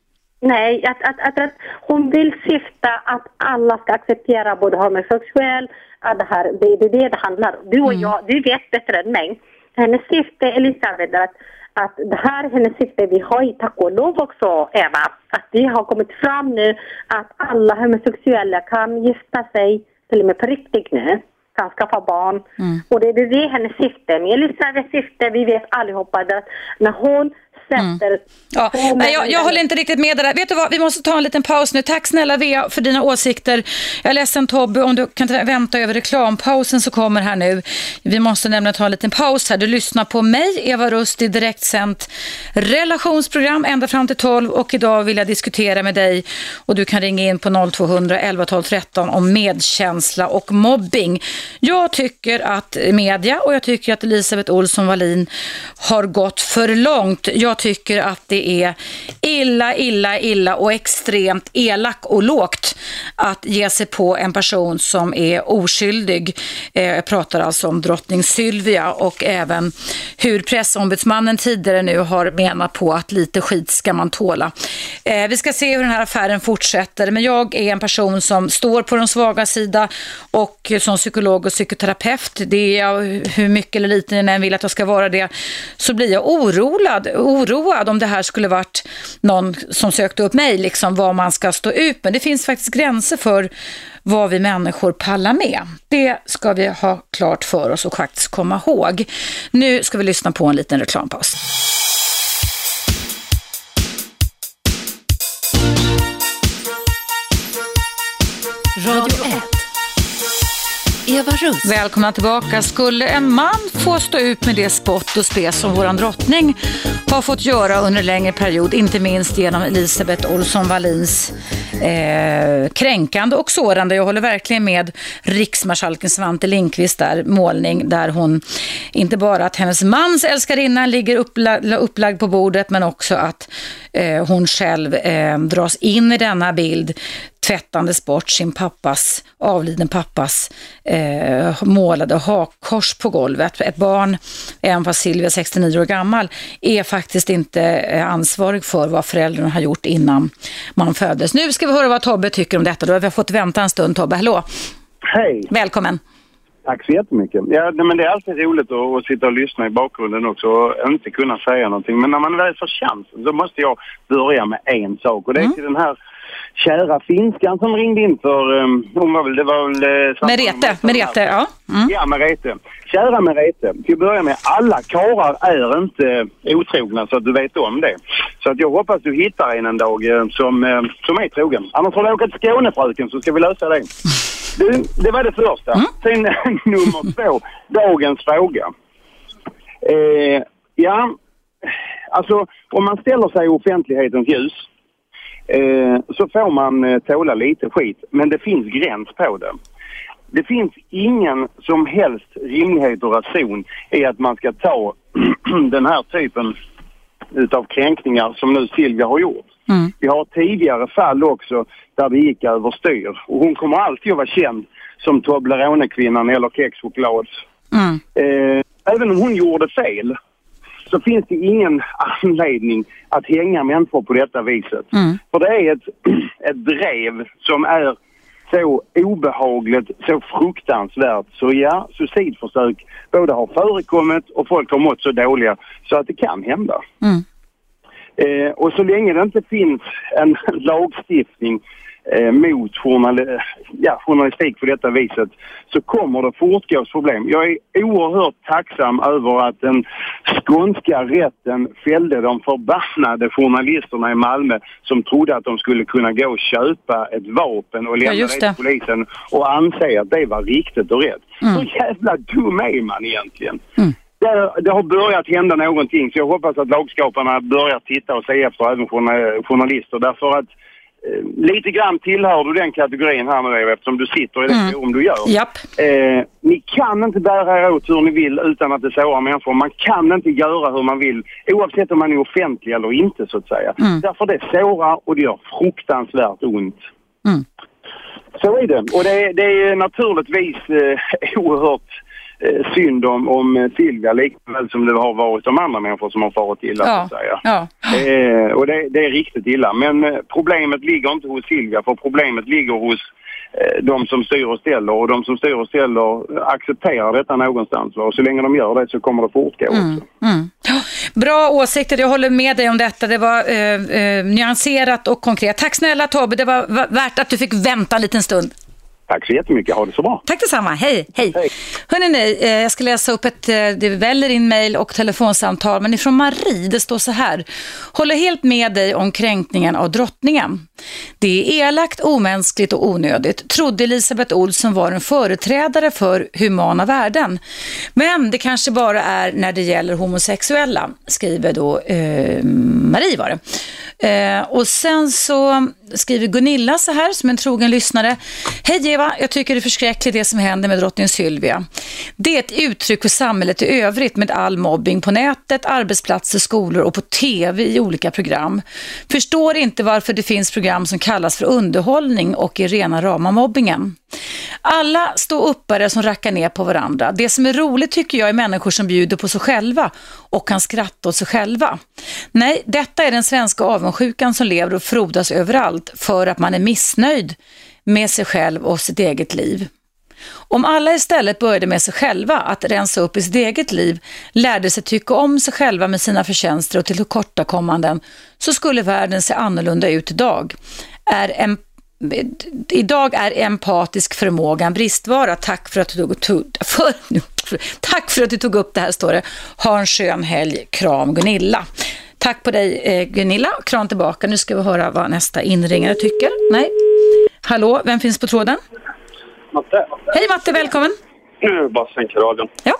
[SPEAKER 3] Nej, att, att, att, att hon vill syfta att alla ska acceptera både homosexuell, att det här, det är det, det det handlar om. Du och mm. jag, du vet bättre än mig. Hennes syfte, Elisabeth, att, att det här är hennes syfte. Vi har ju tack och lov också, Eva, att det har kommit fram nu att alla homosexuella kan gifta sig, till och med på riktigt nu, kan skaffa barn. Mm. Och det är det, det är hennes syfte. Men Elisabeths syfte, vi vet allihopa att när hon Mm.
[SPEAKER 2] Ja, men jag, jag håller inte riktigt med det där. Vet du vad, vi måste ta en liten paus nu. Tack snälla V för dina åsikter. Jag är ledsen Tobbe, om du kan vänta över reklampausen så kommer här nu. Vi måste nämligen ta en liten paus här. Du lyssnar på mig, Eva Rust, i direktsänt relationsprogram ända fram till tolv, och idag vill jag diskutera med dig, och du kan ringa in på noll två hundra elva tolv tretton om medkänsla och mobbing. Jag tycker att media och jag tycker att Elisabeth Olsson Wallin har gått för långt. Jag tycker att det är illa, illa, illa och extremt elak och lågt att ge sig på en person som är oskyldig. Jag pratar alltså om drottning Silvia, och även hur pressombudsmannen tidigare nu har menat på att lite skit ska man tåla. Vi ska se hur den här affären fortsätter, men jag är en person som står på den svaga sida, och som psykolog och psykoterapeut, det är jag, hur mycket eller lite jag än vill att jag ska vara det, så blir jag oroad, oroad om det här skulle varit någon som sökte upp mig, liksom vad man ska stå ut med. Det finns faktiskt gränser för vad vi människor pallar med. Det ska vi ha klart för oss och faktiskt komma ihåg. Nu ska vi lyssna på en liten reklampaus. Radio ett. Eva Rust. Välkomna tillbaka. Skulle en man få stå ut med det spott och spes som våran drottning har fått göra under en längre period, inte minst genom Elisabeth Olsson Wallins eh, kränkande och sårande. Jag håller verkligen med riksmarskalken Svante Lindqvist där, målning där hon inte bara att hennes mans älskarinna ligger uppla- upplagd på bordet, men också att eh, hon själv eh, dras in i denna bild, tvättandes bort sin pappas, avliden pappas eh, målade hakkors på golvet. Ett barn, även fast Silvia är sextionio år gammal, är faktiskt inte eh, ansvarig för vad föräldrarna har gjort innan man föddes. Nu ska vi höra vad Tobbe tycker om detta. Då har vi fått vänta en stund. Tobbe, hallå.
[SPEAKER 8] Hej.
[SPEAKER 2] Välkommen.
[SPEAKER 8] Tack så jättemycket. Ja, men det är alltid roligt att, att sitta och lyssna i bakgrunden också och inte kunna säga någonting. Men när man väl får chansen så måste jag börja med en sak. Och det är mm. till den här kära finskan som ringde in för... Um, hon var väl, det var väl... Uh,
[SPEAKER 2] Merete, Merete, ja.
[SPEAKER 8] Mm. Ja, Merete. Kära Merete, till att börja med, alla karlar är inte otrogna så att du vet om det. Så att jag hoppas du hittar en en dag uh, som, uh, som är trogen. Annars får du åka till Skåne, fröken, så ska vi lösa det. Du, det var det första. Mm. Sen nummer två, dagens fråga. Eh, ja, alltså om man ställer sig i offentlighetens ljus eh, så får man eh, tåla lite skit. Men det finns gräns på det. Det finns ingen som helst rimlighet och rason i att man ska ta den här typen utav kränkningar som nu Silvia har gjort. Mm. Vi har tidigare fall också där det gick överstyr. Och hon kommer alltid att vara känd som Toblerone-kvinnan eller kexchoklad. Mm. Eh, även om hon gjorde fel så finns det ingen anledning att hänga människor på detta viset. Mm. För det är ett, ett drev som är så obehagligt, så fruktansvärt. Så ja, suicidförsök både har förekommit och folk har mått så dåliga så att det kan hända. Mm. Eh, och så länge det inte finns en lagstiftning eh, mot journal- ja, journalistik på detta viset så kommer det fortgå problem. Jag är oerhört tacksam över att den skånska rätten fällde de förbannade journalisterna i Malmö som trodde att de skulle kunna gå och köpa ett vapen och lämna ja, det till polisen och anse att det var riktigt och rätt. Mm. Så jävla dum är man egentligen. Mm. Det, det har börjat hända någonting så jag hoppas att lagskaparna börjar titta och se efter även journalister därför att eh, lite grann tillhör du den kategorin här nu eftersom du sitter i det mm. forum du gör.
[SPEAKER 2] Japp.
[SPEAKER 8] Eh, ni kan inte bära er åt hur ni vill utan att det sårar människor. Man kan inte göra hur man vill oavsett om man är offentlig eller inte så att säga. Mm. Därför det sårar och det gör fruktansvärt ont. Mm. Så är det. Och det, det är naturligtvis eh, oerhört eh, synd om, om Silvia likväl som det har varit de andra människor som har farit illa ja. Så att säga. Ja. Eh, och det, det är riktigt illa. Men eh, problemet ligger inte hos Silvia för problemet ligger hos eh, de som styr och ställer och de som styr och ställer accepterar detta någonstans. Och så länge de gör det så kommer det fortgå mm. också.
[SPEAKER 2] Mm. Bra åsikter, jag håller med dig om detta. Det var eh, eh, nyanserat och konkret. Tack snälla Tobbe, det var värt att du fick vänta en liten stund.
[SPEAKER 8] Tack så jättemycket, ha det så bra.
[SPEAKER 2] Tack detsamma, hej, hej. hej. Hörrni, eh, jag ska läsa upp ett, det väller in mejl och telefonsamtal, men ifrån Marie, det står så här. Håller helt med dig om kränkningen av drottningen. Det är elakt, omänskligt och onödigt. Trodde Elisabeth Olsson var en företrädare för humana värden. Men det kanske bara är när det gäller homosexuella, skriver då eh, Marie var det. Eh, och sen så skriver Gunilla så här som en trogen lyssnare. Hej Eva, jag tycker det är förskräckligt det som händer med drottning Sylvia. Det är ett uttryck för samhället i övrigt med all mobbing på nätet, arbetsplatser, skolor och på tv i olika program. Förstår inte varför det finns program som kallas för underhållning och är rena rama mobbingen. Alla ståuppare som rackar ner på varandra. Det som är roligt tycker jag är människor som bjuder på sig själva och kan skratta åt sig själva. Nej, detta är den svenska avundsjukan som lever och frodas överallt för att man är missnöjd med sig själv och sitt eget liv. Om alla istället började med sig själva att rensa upp i sitt eget liv, lärde sig tycka om sig själva med sina förtjänster och tillkortakommanden, så skulle världen se annorlunda ut idag. Är en Idag är empatisk förmåga en bristvara. Tack för att du tog, tog, för, tack för att du tog upp det här, står det. Ha en skön helg, kram Gunilla. Tack på dig eh, Gunilla, kram tillbaka. Nu ska vi höra vad nästa inringare tycker. Nej. Hallå, vem finns på tråden?
[SPEAKER 9] Matte.
[SPEAKER 2] Hej Matte, välkommen.
[SPEAKER 9] Nu bara sänker radion.
[SPEAKER 2] Ja.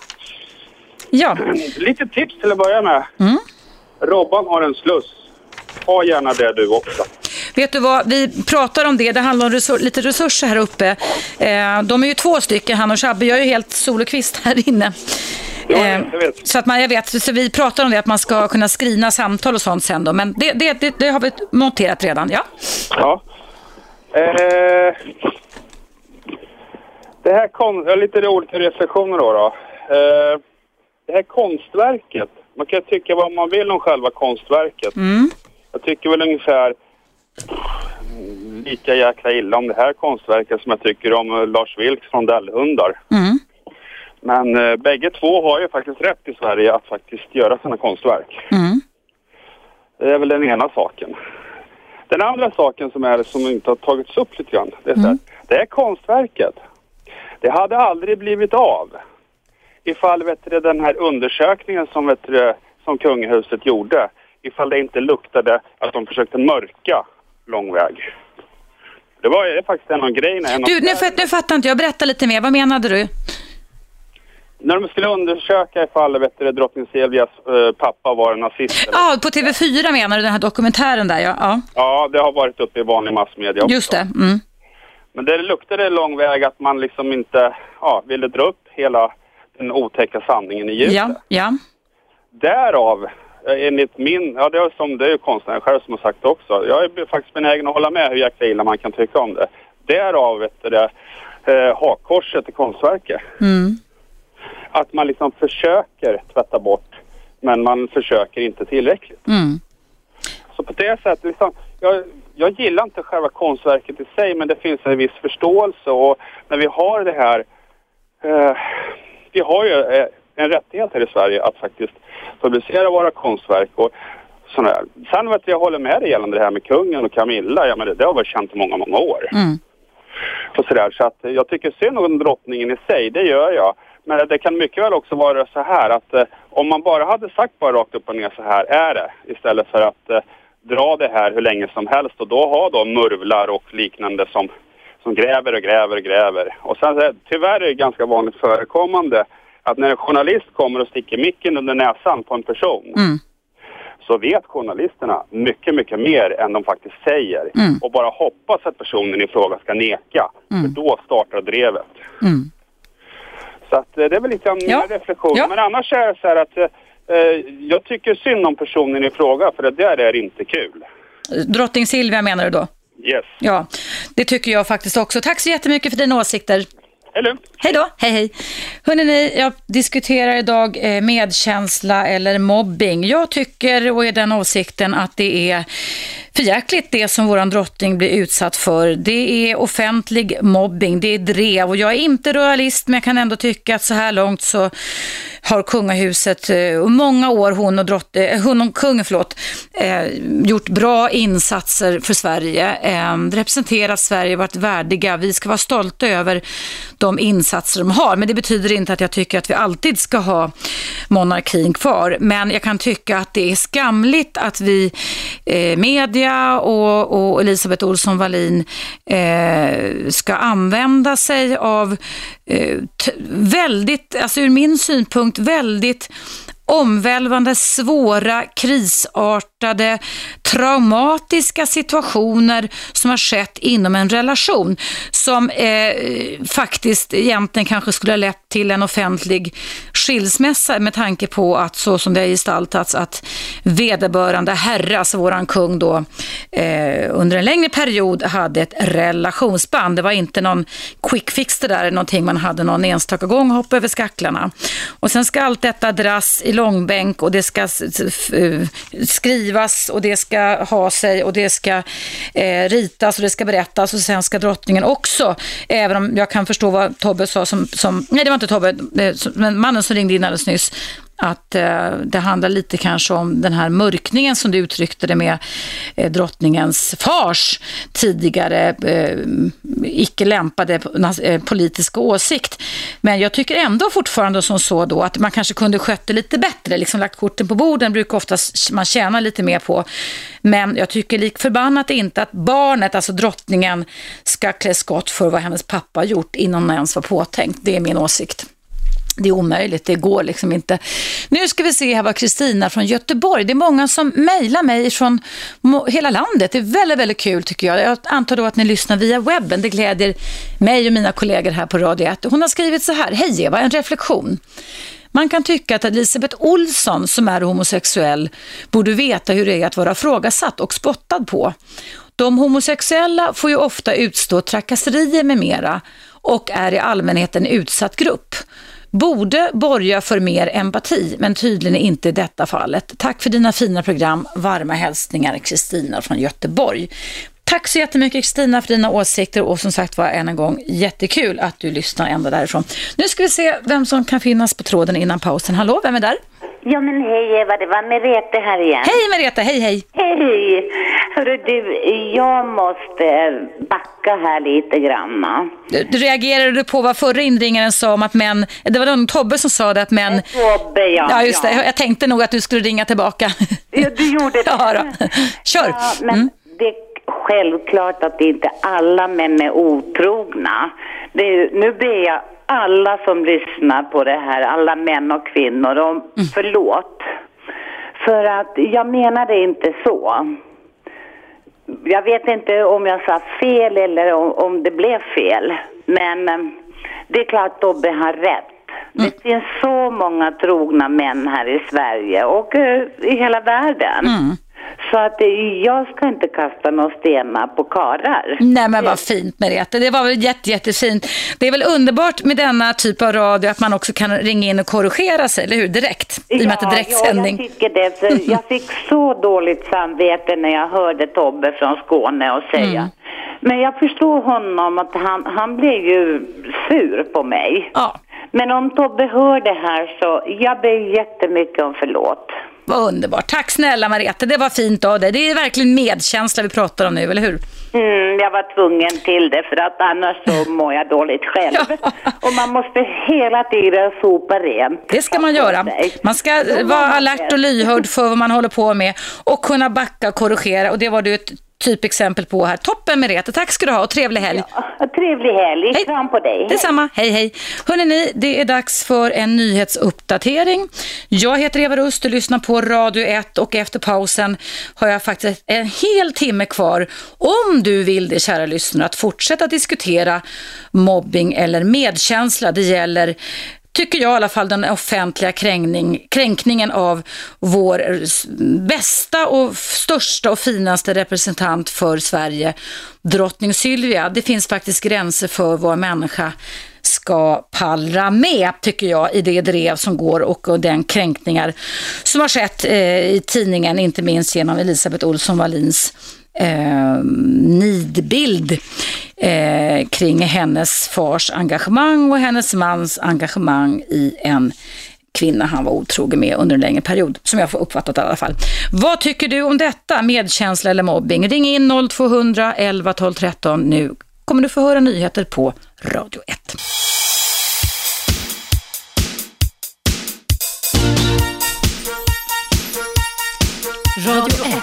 [SPEAKER 2] Ja.
[SPEAKER 9] Lite tips till att börja med. Mm. Robban har en sluss. Ha gärna det du också.
[SPEAKER 2] Vet du vad, vi pratar om det. Det handlar om resur- lite resurser här uppe. Eh, de är ju två stycken, han och Shabbe. Jag är ju helt solokvist här inne.
[SPEAKER 9] Ja, jag vet.
[SPEAKER 2] Så att man, jag vet, så vi pratar om det, att man ska kunna skrina samtal och sånt sen då. Men det, det, det, det har vi noterat redan, ja.
[SPEAKER 9] Ja. Eh, det här kon- jag har lite olika reflektioner då. då. Eh, det här konstverket. Man kan tycka vad man vill om själva konstverket. Mm. Jag tycker väl ungefär lika jäkla illa om det här konstverket som jag tycker om Lars Vilks från Dellhundar. Mm. Men eh, bägge två har ju faktiskt rätt i Sverige att faktiskt göra sina konstverk. Mm. Det är väl den ena saken. Den andra saken som är som inte har tagits upp lite grann, det är så här, mm. det är konstverket. Det hade aldrig blivit av ifall vet du, den här undersökningen som, vet du, som kungahuset gjorde, ifall det inte luktade att de försökte mörka lång väg. Det var det faktiskt en av grejerna. En
[SPEAKER 2] du, nu, för, nu fattar inte jag. Berätta lite mer. Vad menade du?
[SPEAKER 9] När de skulle undersöka ifall vet du, drottning Silvias äh, pappa var en nazist.
[SPEAKER 2] Ja, ah, på T V fyra menar du den här dokumentären där, ja. Ja,
[SPEAKER 9] ja det har varit uppe i vanlig massmedia också.
[SPEAKER 2] Just det. Mm.
[SPEAKER 9] Men det luktade lång väg att man liksom inte ja, ville dra upp hela den otäcka sanningen i ljuset.
[SPEAKER 2] Ja, ja.
[SPEAKER 9] Därav, enligt min, ja det är som det är ju konstnären själv som har sagt också. Jag är faktiskt benägen att hålla med hur jäkla illa man kan tycka om det. Därav vet du, det eh, hakkorset i konstverket. Mm. Att man liksom försöker tvätta bort Men man försöker inte tillräckligt.
[SPEAKER 2] Mm.
[SPEAKER 9] Så på det sättet, liksom, jag, jag gillar inte själva konstverket i sig, men det finns en viss förståelse. Och när vi har det här, eh, vi har ju eh, en rättighet här i Sverige att faktiskt publicera våra konstverk och sådana här. Sen vet jag, jag håller med dig gällande det här med kungen och Camilla. Ja, men det, det har varit känt i många, många år.
[SPEAKER 2] Mm.
[SPEAKER 9] Och så där, så att jag tycker synd om drottningen i sig, det gör jag. Men det kan mycket väl också vara så här att eh, om man bara hade sagt bara rakt upp och ner så här är det, istället för att eh, dra det här hur länge som helst och då ha då murvlar och liknande som, som gräver och gräver och gräver. Och sen tyvärr är det ganska vanligt förekommande att när en journalist kommer och sticker micken under näsan på en person mm. så vet journalisterna mycket, mycket mer än de faktiskt säger. Mm. Och bara hoppas att personen i fråga ska neka. Mm. För då startar drevet. Mm. Så att, det är väl lite en ja. reflektion. Ja. Men annars är det så här att eh, jag tycker synd om personen i fråga, för det där är inte kul.
[SPEAKER 2] Drottning Silvia menar du då?
[SPEAKER 9] Yes.
[SPEAKER 2] Ja, det tycker jag faktiskt också. Tack så jättemycket för dina åsikter.
[SPEAKER 9] Hello.
[SPEAKER 2] Hej då, hej hej. Hörrni, jag diskuterar idag medkänsla eller mobbing. Jag tycker och är den åsikten att det är förjäkligt det som våran drottning blir utsatt för. Det är offentlig mobbing, det är drev, och jag är inte royalist, men jag kan ändå tycka att så här långt så har kungahuset och många år hon och drottning, hon och kungen förlåt, eh, gjort bra insatser för Sverige, eh, representerat Sverige, varit värdiga. Vi ska vara stolta över de insatser de har, men det betyder inte att jag tycker att vi alltid ska ha monarkin kvar. Men jag kan tycka att det är skamligt att vi eh, media och, och Elisabeth Olsson Wallin eh, ska använda sig av eh, t- väldigt, alltså ur min synpunkt väldigt omvälvande, svåra, krisartade, traumatiska situationer som har skett inom en relation som eh, faktiskt egentligen kanske skulle ha lett till en offentlig skilsmässa, med tanke på att så som det har gestaltats att vederbörande herre, alltså våran kung då, eh, under en längre period hade ett relationsband. Det var inte någon quick fix det där, någonting man hade någon enstaka gång hoppa över skacklarna. Och sen ska allt detta dras i långbänk och det ska skrivas och det ska ha sig och det ska eh, ritas och det ska berättas, och sen ska drottningen också, även om jag kan förstå vad Tobbe sa som, som nej det var inte Tobbe, men mannen som ringde in alldeles nyss, att eh, det handlar lite kanske om den här mörkningen som du uttryckte det med eh, drottningens fars tidigare eh, icke lämpade eh, politiska åsikt. Men jag tycker ändå fortfarande som så då att man kanske kunde sköta lite bättre, liksom lagt korten på borden brukar oftast man tjäna lite mer på. Men jag tycker lik förbannat inte att barnet, alltså drottningen, ska klä skott för vad hennes pappa gjort innan hon ens var påtänkt. Det är min åsikt. Det är omöjligt, det går liksom inte. Nu ska vi se här vad Kristina från Göteborg. Det är många som mejlar mig från hela landet. Det är väldigt, väldigt kul tycker jag. Jag antar då att ni lyssnar via webben. Det gläder mig och mina kollegor här på Radio ett. Hon har skrivit så här: hej Eva, en reflektion. Man kan tycka att Elisabeth Olsson, som är homosexuell, borde veta hur det är att vara frågasatt och spottad på. De homosexuella får ju ofta utstå trakasserier med mera och är i allmänhet en utsatt grupp. Borde borga för mer empati, men tydligen inte i detta fallet. Tack för dina fina program. Varma hälsningar, Kristina från Göteborg. Tack så jättemycket Kristina för dina åsikter, och som sagt var än en gång jättekul att du lyssnar ända därifrån. Nu ska vi se vem som kan finnas på tråden innan pausen. Hallå, vem är där?
[SPEAKER 7] Ja men hej Eva, det var Merete här igen.
[SPEAKER 2] Hej Merete, hej hej.
[SPEAKER 7] Hej, hörru du, jag måste backa här lite granna.
[SPEAKER 2] Du, du reagerade på vad förra inringaren sa om att män, det var någon Tobbe som sa det att män...
[SPEAKER 7] Tobbe, ja.
[SPEAKER 2] Ja just det, jag tänkte nog att du skulle ringa tillbaka.
[SPEAKER 7] Ja, du gjorde det.
[SPEAKER 2] Ja då, kör.
[SPEAKER 7] Ja, men
[SPEAKER 2] mm.
[SPEAKER 7] det är självklart att inte alla män är otrogna. Det är, nu ber jag alla som lyssnar på det här, alla män och kvinnor, om mm. förlåt. För att jag menar det inte så. Jag vet inte om jag sa fel eller om, om det blev fel. Men det är klart Tobbe har rätt. Mm. Det finns så många trogna män här i Sverige och uh, i hela världen. Mm. Så att jag ska inte kasta några stenar på karar.
[SPEAKER 2] Nej, men vad fint, Merete. Det var väl jätte, jättefint. Det är väl underbart med denna typ av radio att man också kan ringa in och korrigera sig, eller hur? Direkt. I och med att det är direktsändning.
[SPEAKER 7] Ja, jag tycker det. För jag fick så dåligt samvete när jag hörde Tobbe från Skåne och säga. Mm. Men jag förstår honom att han, han blev ju sur på mig.
[SPEAKER 2] Ja.
[SPEAKER 7] Men om Tobbe hör det här så jag ber jättemycket om förlåt.
[SPEAKER 2] Vad underbart. Tack snälla Merete, det var fint av dig. Det är verkligen medkänsla vi pratar om nu, eller hur?
[SPEAKER 7] Mm, jag var tvungen till det för att annars så mår jag dåligt själv. Ja. Och man måste hela tiden sopa rent.
[SPEAKER 2] Det ska man göra. Man ska vara alert och lyhörd för vad man håller på med och kunna backa och korrigera. Och det var du ett typexempel på här. Toppen Merete, tack ska du ha och trevlig helg.
[SPEAKER 7] Ja, trevlig helg. Hej. Kram på dig.
[SPEAKER 2] Detsamma, hej hej. Hörrni, det är dags för en nyhetsuppdatering. Jag heter Eva Rust och lyssnar på Radio ett och efter pausen har jag faktiskt en hel timme kvar. Om du vill det, kära lyssnare, att fortsätta diskutera mobbing eller medkänsla. Det gäller, tycker jag i alla fall, den offentliga kränkning, kränkningen av vår bästa och största och finaste representant för Sverige, drottning Silvia. Det finns faktiskt gränser för vad människa ska pallra med, tycker jag, i det drev som går och, och den kränkningar som har skett eh, i tidningen, inte minst genom Elisabeth Olsson Wallins Eh, nidbild eh, kring hennes fars engagemang och hennes mans engagemang i en kvinna han var otrogen med under en längre period, som jag får uppfattat i alla fall. Vad tycker du om detta, medkänsla eller mobbing? Ring in noll två hundra elva tolv tretton. Nu kommer du få höra nyheter på Radio ett. Radio ett.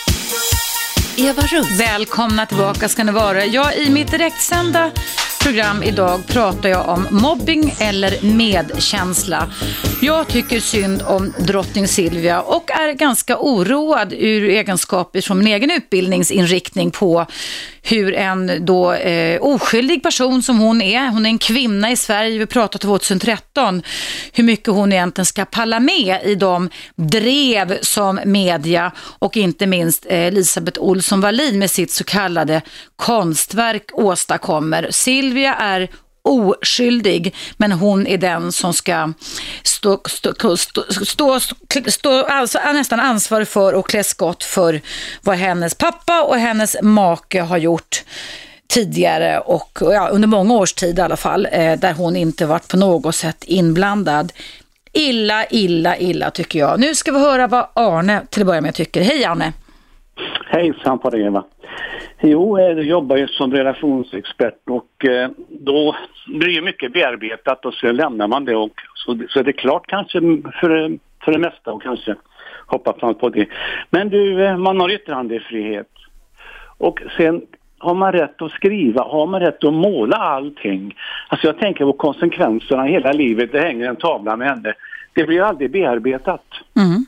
[SPEAKER 2] Eva Rust. Välkomna tillbaka ska ni vara. Jag i mitt direktsända program idag pratar jag om mobbing eller medkänsla. Jag tycker synd om drottning Silvia och är ganska oroad ur egenskap från min egen utbildningsinriktning på hur en då eh, oskyldig person som hon är, hon är en kvinna i Sverige, vi pratade tjugohundratretton, hur mycket hon egentligen ska palla med i de drev som media och inte minst eh, Elisabeth Olsson Wallin med sitt så kallade konstverk åstadkommer. Silvia är oskyldig, men hon är den som ska stå, stå, stå, stå, stå alltså nästan ansvarig för och klä skott för vad hennes pappa och hennes make har gjort tidigare och ja, under många års tid i alla fall, eh, där hon inte varit på något sätt inblandad. Illa, illa, illa tycker jag. Nu ska vi höra vad Arne till att börja med tycker. Hej Arne!
[SPEAKER 10] Hejsan på dig Eva. Jo, jag jobbar ju som relationsexpert och eh, då blir det mycket bearbetat och så lämnar man det och så, så är det klart kanske för, för det mesta och kanske hoppa fram på det. Men du, man har yttrandefrihet och sen har man rätt att skriva, har man rätt att måla allting. Alltså jag tänker på konsekvenserna hela livet, det hänger en tavla med henne. Det blir aldrig bearbetat. Mm.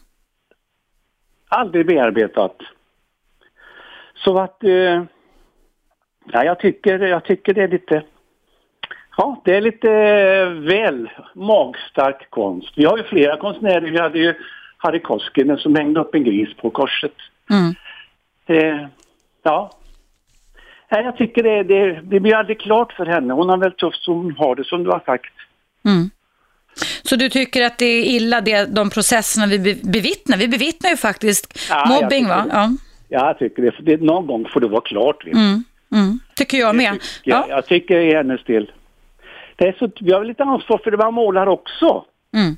[SPEAKER 10] Aldrig bearbetat. Så att, eh, ja, jag tycker, jag tycker det är lite, ja, det är lite väl magstark konst. Vi har ju flera konstnärer, vi hade ju Harry Koskinen som hängde upp en gris på korset. Mm. Eh, ja, jag tycker det, det, det blir aldrig klart för henne. Hon har väl tufft som hon har det, som du har sagt. Mm.
[SPEAKER 2] Så du tycker att det är illa det, de processerna vi bevittnar? Vi bevittnar ju faktiskt ja, mobbing, va? Ja.
[SPEAKER 10] Ja, jag tycker det. det. Någon gång får det vara klart.
[SPEAKER 2] Mm, mm. Tycker jag med.
[SPEAKER 10] Tycker, ja. Jag tycker i hennes del. Det är så, vi har väl lite ansvar för det man målar också. Mm.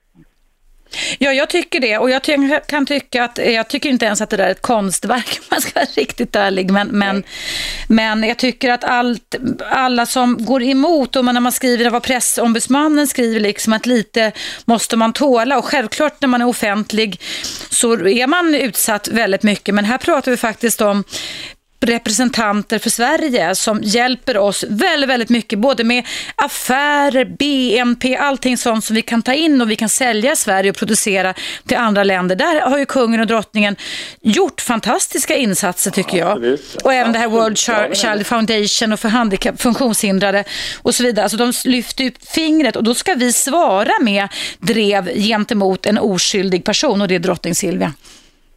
[SPEAKER 2] Ja, jag tycker det. Och jag ty- kan tycka att, jag tycker inte ens att det där är ett konstverk, man ska vara riktigt ärlig. Men, men, men jag tycker att allt, alla som går emot, och när man skriver vad pressombudsmannen skriver, liksom att lite måste man tåla. Och självklart när man är offentlig så är man utsatt väldigt mycket. Men här pratar vi faktiskt om representanter för Sverige som hjälper oss väldigt, väldigt mycket, både med affärer, B N P, allting sånt som vi kan ta in och vi kan sälja i Sverige och producera till andra länder. Där har ju kungen och drottningen gjort fantastiska insatser tycker jag. Absolut. Och även det här World Child Foundation och för handikapp, funktionshindrade och så vidare. Alltså de lyfter upp fingret och då ska vi svara med drev gentemot en oskyldig person och det är drottning Silvia.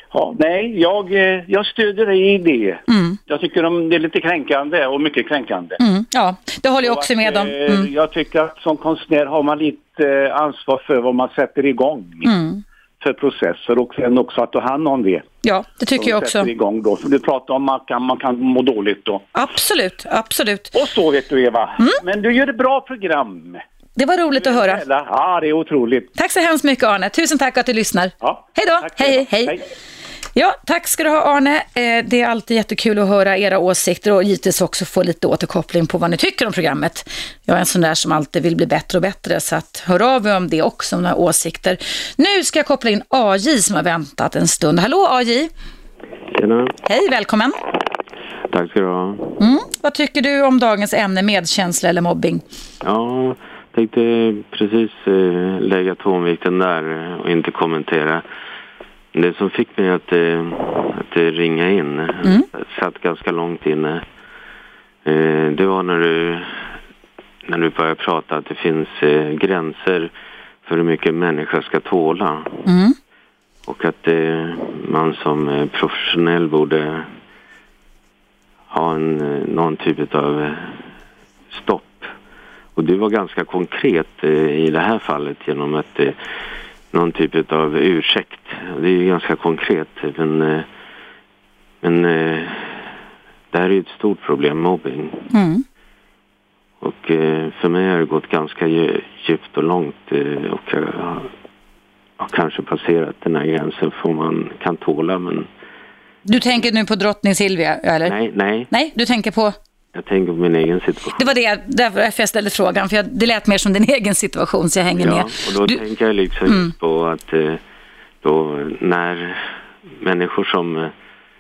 [SPEAKER 10] Ja, nej, jag, jag stöder dig i det. Mm. Jag tycker de, det är lite kränkande och mycket kränkande.
[SPEAKER 2] Mm. Ja, det håller jag också
[SPEAKER 10] att,
[SPEAKER 2] med om. Mm.
[SPEAKER 10] Jag tycker att som konstnär har man lite ansvar för vad man sätter igång mm. för processer och sen också att ta hand om det.
[SPEAKER 2] Ja, det tycker jag också.
[SPEAKER 10] Igång då. Så du pratar om att man kan, man kan må dåligt då.
[SPEAKER 2] Absolut, absolut.
[SPEAKER 10] Och så vet du Eva. Mm. Men du gör ett bra program.
[SPEAKER 2] Det var roligt att höra.
[SPEAKER 10] Ja, det är otroligt.
[SPEAKER 2] Tack så hemskt mycket Arne. Tusen tack att du lyssnar.
[SPEAKER 10] Ja.
[SPEAKER 2] Hej då. Hej, hej, hej, hej. Ja, tack ska du ha Arne. Det är alltid jättekul att höra era åsikter och givetvis också få lite återkoppling på vad ni tycker om programmet. Jag är en sån där som alltid vill bli bättre och bättre, så att hör av er om det också, om några åsikter. Nu ska jag koppla in A J som har väntat en stund. Hallå A J.
[SPEAKER 11] Tjena.
[SPEAKER 2] Hej, välkommen.
[SPEAKER 11] Tack ska du ha.
[SPEAKER 2] Mm. Vad tycker du om dagens ämne, medkänsla eller mobbing?
[SPEAKER 11] Ja, jag tänkte precis eh, lägga tonvikten där och inte kommentera. Det som fick mig att, eh, att ringa in, mm. satt ganska långt inne, eh, det var när du, när du började prata att det finns eh, gränser för hur mycket människa ska tåla. Mm. Och att eh, man som eh, professionell borde ha en, någon typ av eh, stopp. Och det var ganska konkret eh, i det här fallet genom att eh, någon typ av ursäkt. Det är ju ganska konkret. Men, men det här är ju ett stort problem, mobbing. Mm. Och för mig har det gått ganska djupt och långt. Och jag har kanske passerat den här gränsen för man kan tåla. Men...
[SPEAKER 2] Du tänker nu på drottning Silvia, eller?
[SPEAKER 11] Nej, nej.
[SPEAKER 2] Nej, du tänker på...
[SPEAKER 11] Jag tänker på min egen situation.
[SPEAKER 2] Det var det, därför jag ställde frågan. För jag, det lät mer som din egen situation, så jag hänger
[SPEAKER 11] ja,
[SPEAKER 2] med.
[SPEAKER 11] Och då
[SPEAKER 2] du...
[SPEAKER 11] tänker jag liksom mm. på att då när människor som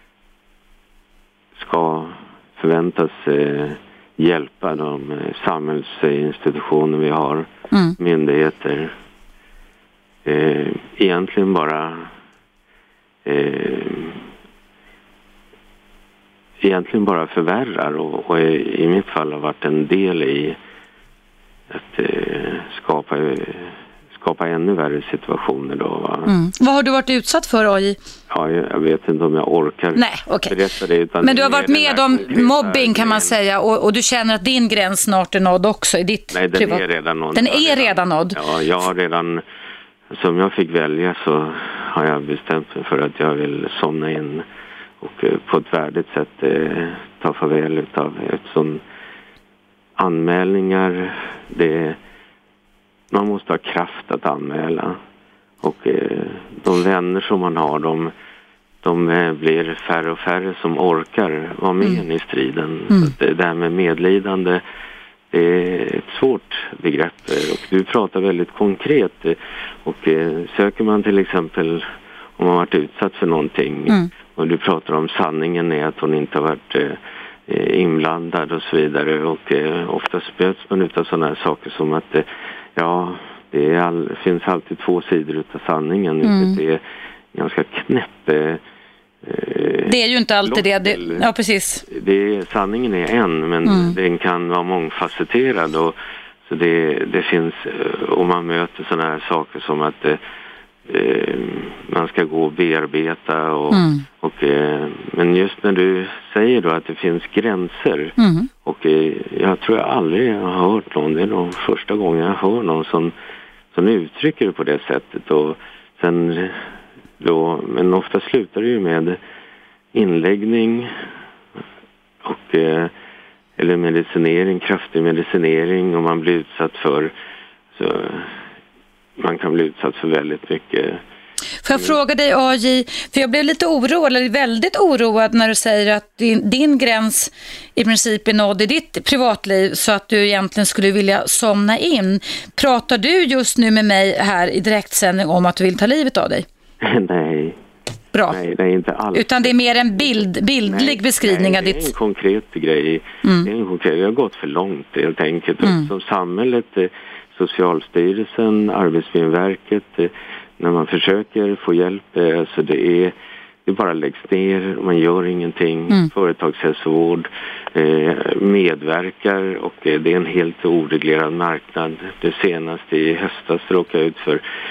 [SPEAKER 11] ska förväntas hjälpa de samhällsinstitutioner vi har, mm. myndigheter, eh, egentligen bara eh, egentligen bara förvärrar och, och i mitt fall har varit en del i att eh, skapa, skapa ännu värre situationer då. Va?
[SPEAKER 2] Mm. Vad har du varit utsatt för, A J?
[SPEAKER 11] Ja, jag vet inte om jag orkar
[SPEAKER 2] Nej, okay.
[SPEAKER 11] berätta det. Utan
[SPEAKER 2] men du har varit med om mobbing kan man säga och, och du känner att din gräns snart är nådd också i ditt
[SPEAKER 11] Nej, den
[SPEAKER 2] privat...
[SPEAKER 11] är redan nådd.
[SPEAKER 2] Den är redan nådd?
[SPEAKER 11] Ja, jag har redan, som jag fick välja så har jag bestämt mig för att jag vill somna in och på ett värdigt sätt eh, ta farväl utav eftersom anmälningar, det, man måste ha kraft att anmäla och eh, de vänner som man har, de, de eh, blir färre och färre som orkar vara med mm. i striden. Mm. Så att det, det här med medlidande, det är ett svårt begrepp och du pratar väldigt konkret och eh, söker man till exempel om man har varit utsatt för någonting mm. och du pratar om sanningen är att hon inte har varit eh, inblandad och så vidare och eh, ofta spöts man utav sådana här saker som att eh, ja, det är all, finns alltid två sidor utav sanningen mm. det är ganska knäpp eh,
[SPEAKER 2] det är ju inte alltid det, det ja precis
[SPEAKER 11] det är, sanningen är en men mm. den kan vara mångfacetterad och så det, det finns om man möter sådana här saker som att eh, man ska gå och bearbeta och, mm. och eh, men just när du säger då att det finns gränser mm. och eh, jag tror jag aldrig har hört någon, det är nog första gången jag hör någon som, som uttrycker det på det sättet och sen då, men ofta slutar det ju med inläggning och eh, eller medicinering, kraftig medicinering och man blir utsatt för så man kan bli utsatt för väldigt mycket.
[SPEAKER 2] Får jag fråga dig A J, för jag blev lite oroad, eller väldigt oroad när du säger att din, din gräns i princip är nådd i ditt privatliv så att du egentligen skulle vilja somna in. Pratar du just nu med mig här i direktsändning om att du vill ta livet av dig?
[SPEAKER 11] Nej.
[SPEAKER 2] Bra.
[SPEAKER 11] Nej, det är inte alls.
[SPEAKER 2] Utan det är mer en bild, bildlig nej, beskrivning
[SPEAKER 11] nej,
[SPEAKER 2] av ditt...
[SPEAKER 11] det är en konkret grej. Mm. Det är en konkret, jag har gått för långt helt enkelt. Mm. Som samhället, Socialstyrelsen, Arbetsmiljöverket, när man försöker få hjälp, alltså det är det bara läggs ner, man gör ingenting. Mm. Företagshälsovård eh, medverkar och det är en helt oreglerad marknad. Det senaste i höstas råkade ut för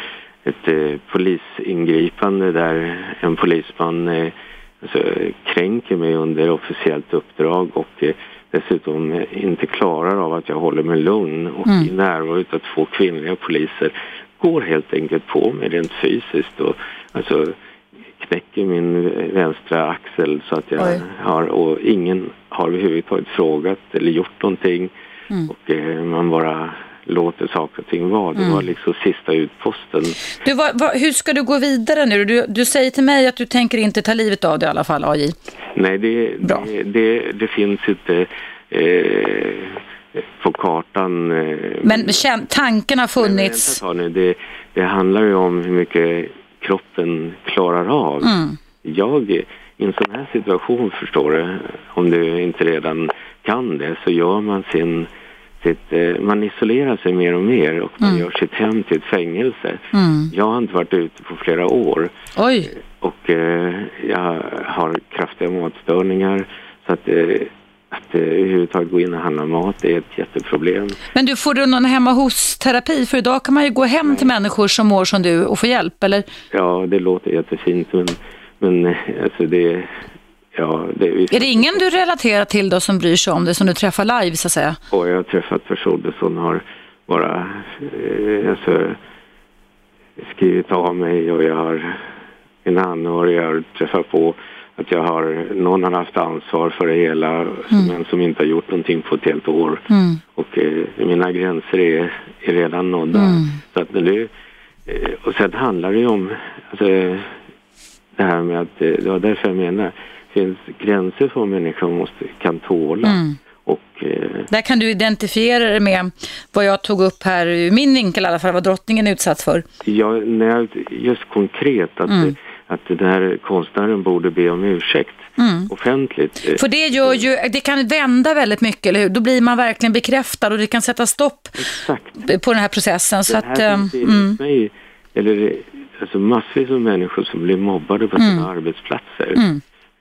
[SPEAKER 11] ett eh, polisingripande där en polisman eh, alltså, kränker mig under officiellt uppdrag och eh, dessutom eh, inte klarar av att jag håller mig lugn och mm. i närvaro av två kvinnliga poliser går helt enkelt på mig rent fysiskt och alltså knäcker min vänstra axel så att jag Oj. har, och ingen har överhuvudtaget frågat eller gjort någonting mm. och eh, man bara låter saker och ting vara. Det mm. var liksom sista utposten.
[SPEAKER 2] Du, vad, vad, hur ska du gå vidare nu? Du, du säger till mig att du tänker inte ta livet av det i alla fall, A J.
[SPEAKER 11] Nej, det, det, det, det finns inte eh, på kartan. Eh,
[SPEAKER 2] men käm, tanken har funnits.
[SPEAKER 11] Men, vänta, det, det handlar ju om hur mycket kroppen klarar av. Mm. Jag, i en sån här situation, förstår du, om du inte redan kan det, så gör man sin sitt, eh, man isolerar sig mer och mer och man mm. gör sitt hem till ett fängelse. Mm. Jag har inte varit ute på flera år.
[SPEAKER 2] Oj.
[SPEAKER 11] Och eh, jag har kraftiga matstörningar så att eh, att eh, överhuvudtaget gå in och handla mat är ett jätteproblem.
[SPEAKER 2] Men du, får du någon hemma hos terapi? För idag kan man ju gå hem Nej. till människor som mår som du och få hjälp, eller?
[SPEAKER 11] Ja, det låter jättefint, men, men alltså det, ja, det är...
[SPEAKER 2] Är det ingen du relaterar till då som bryr sig om det, som du träffar live, så att säga?
[SPEAKER 11] Och jag har träffat personer som har bara eh, alltså, skrivit av mig, och jag har en anhörig, jag har träffat på att jag har, någon har haft ansvar för det hela, mm. men som inte har gjort någonting på ett helt år. Mm. Och eh, mina gränser är, är redan nådda. Mm. Så att det, eh, och sen handlar det ju om alltså, det här med att, eh, det var därför jag menar, det finns gränser för människor måste, kan tåla. Mm. Och, eh,
[SPEAKER 2] där kan du identifiera det med vad jag tog upp här i min vinkel i alla fall, vad drottningen är utsatt för.
[SPEAKER 11] Ja, när jag, just konkret att mm. att den här konstnären borde be om ursäkt mm. offentligt.
[SPEAKER 2] För det gör ju, det kan vända väldigt mycket, eller hur? Då blir man verkligen bekräftad och det kan sätta stopp Exakt. på den här processen. Så
[SPEAKER 11] det här
[SPEAKER 2] att,
[SPEAKER 11] mm. mig, eller alltså massvis av människor som blir mobbade på sina mm. arbetsplatser. Mm.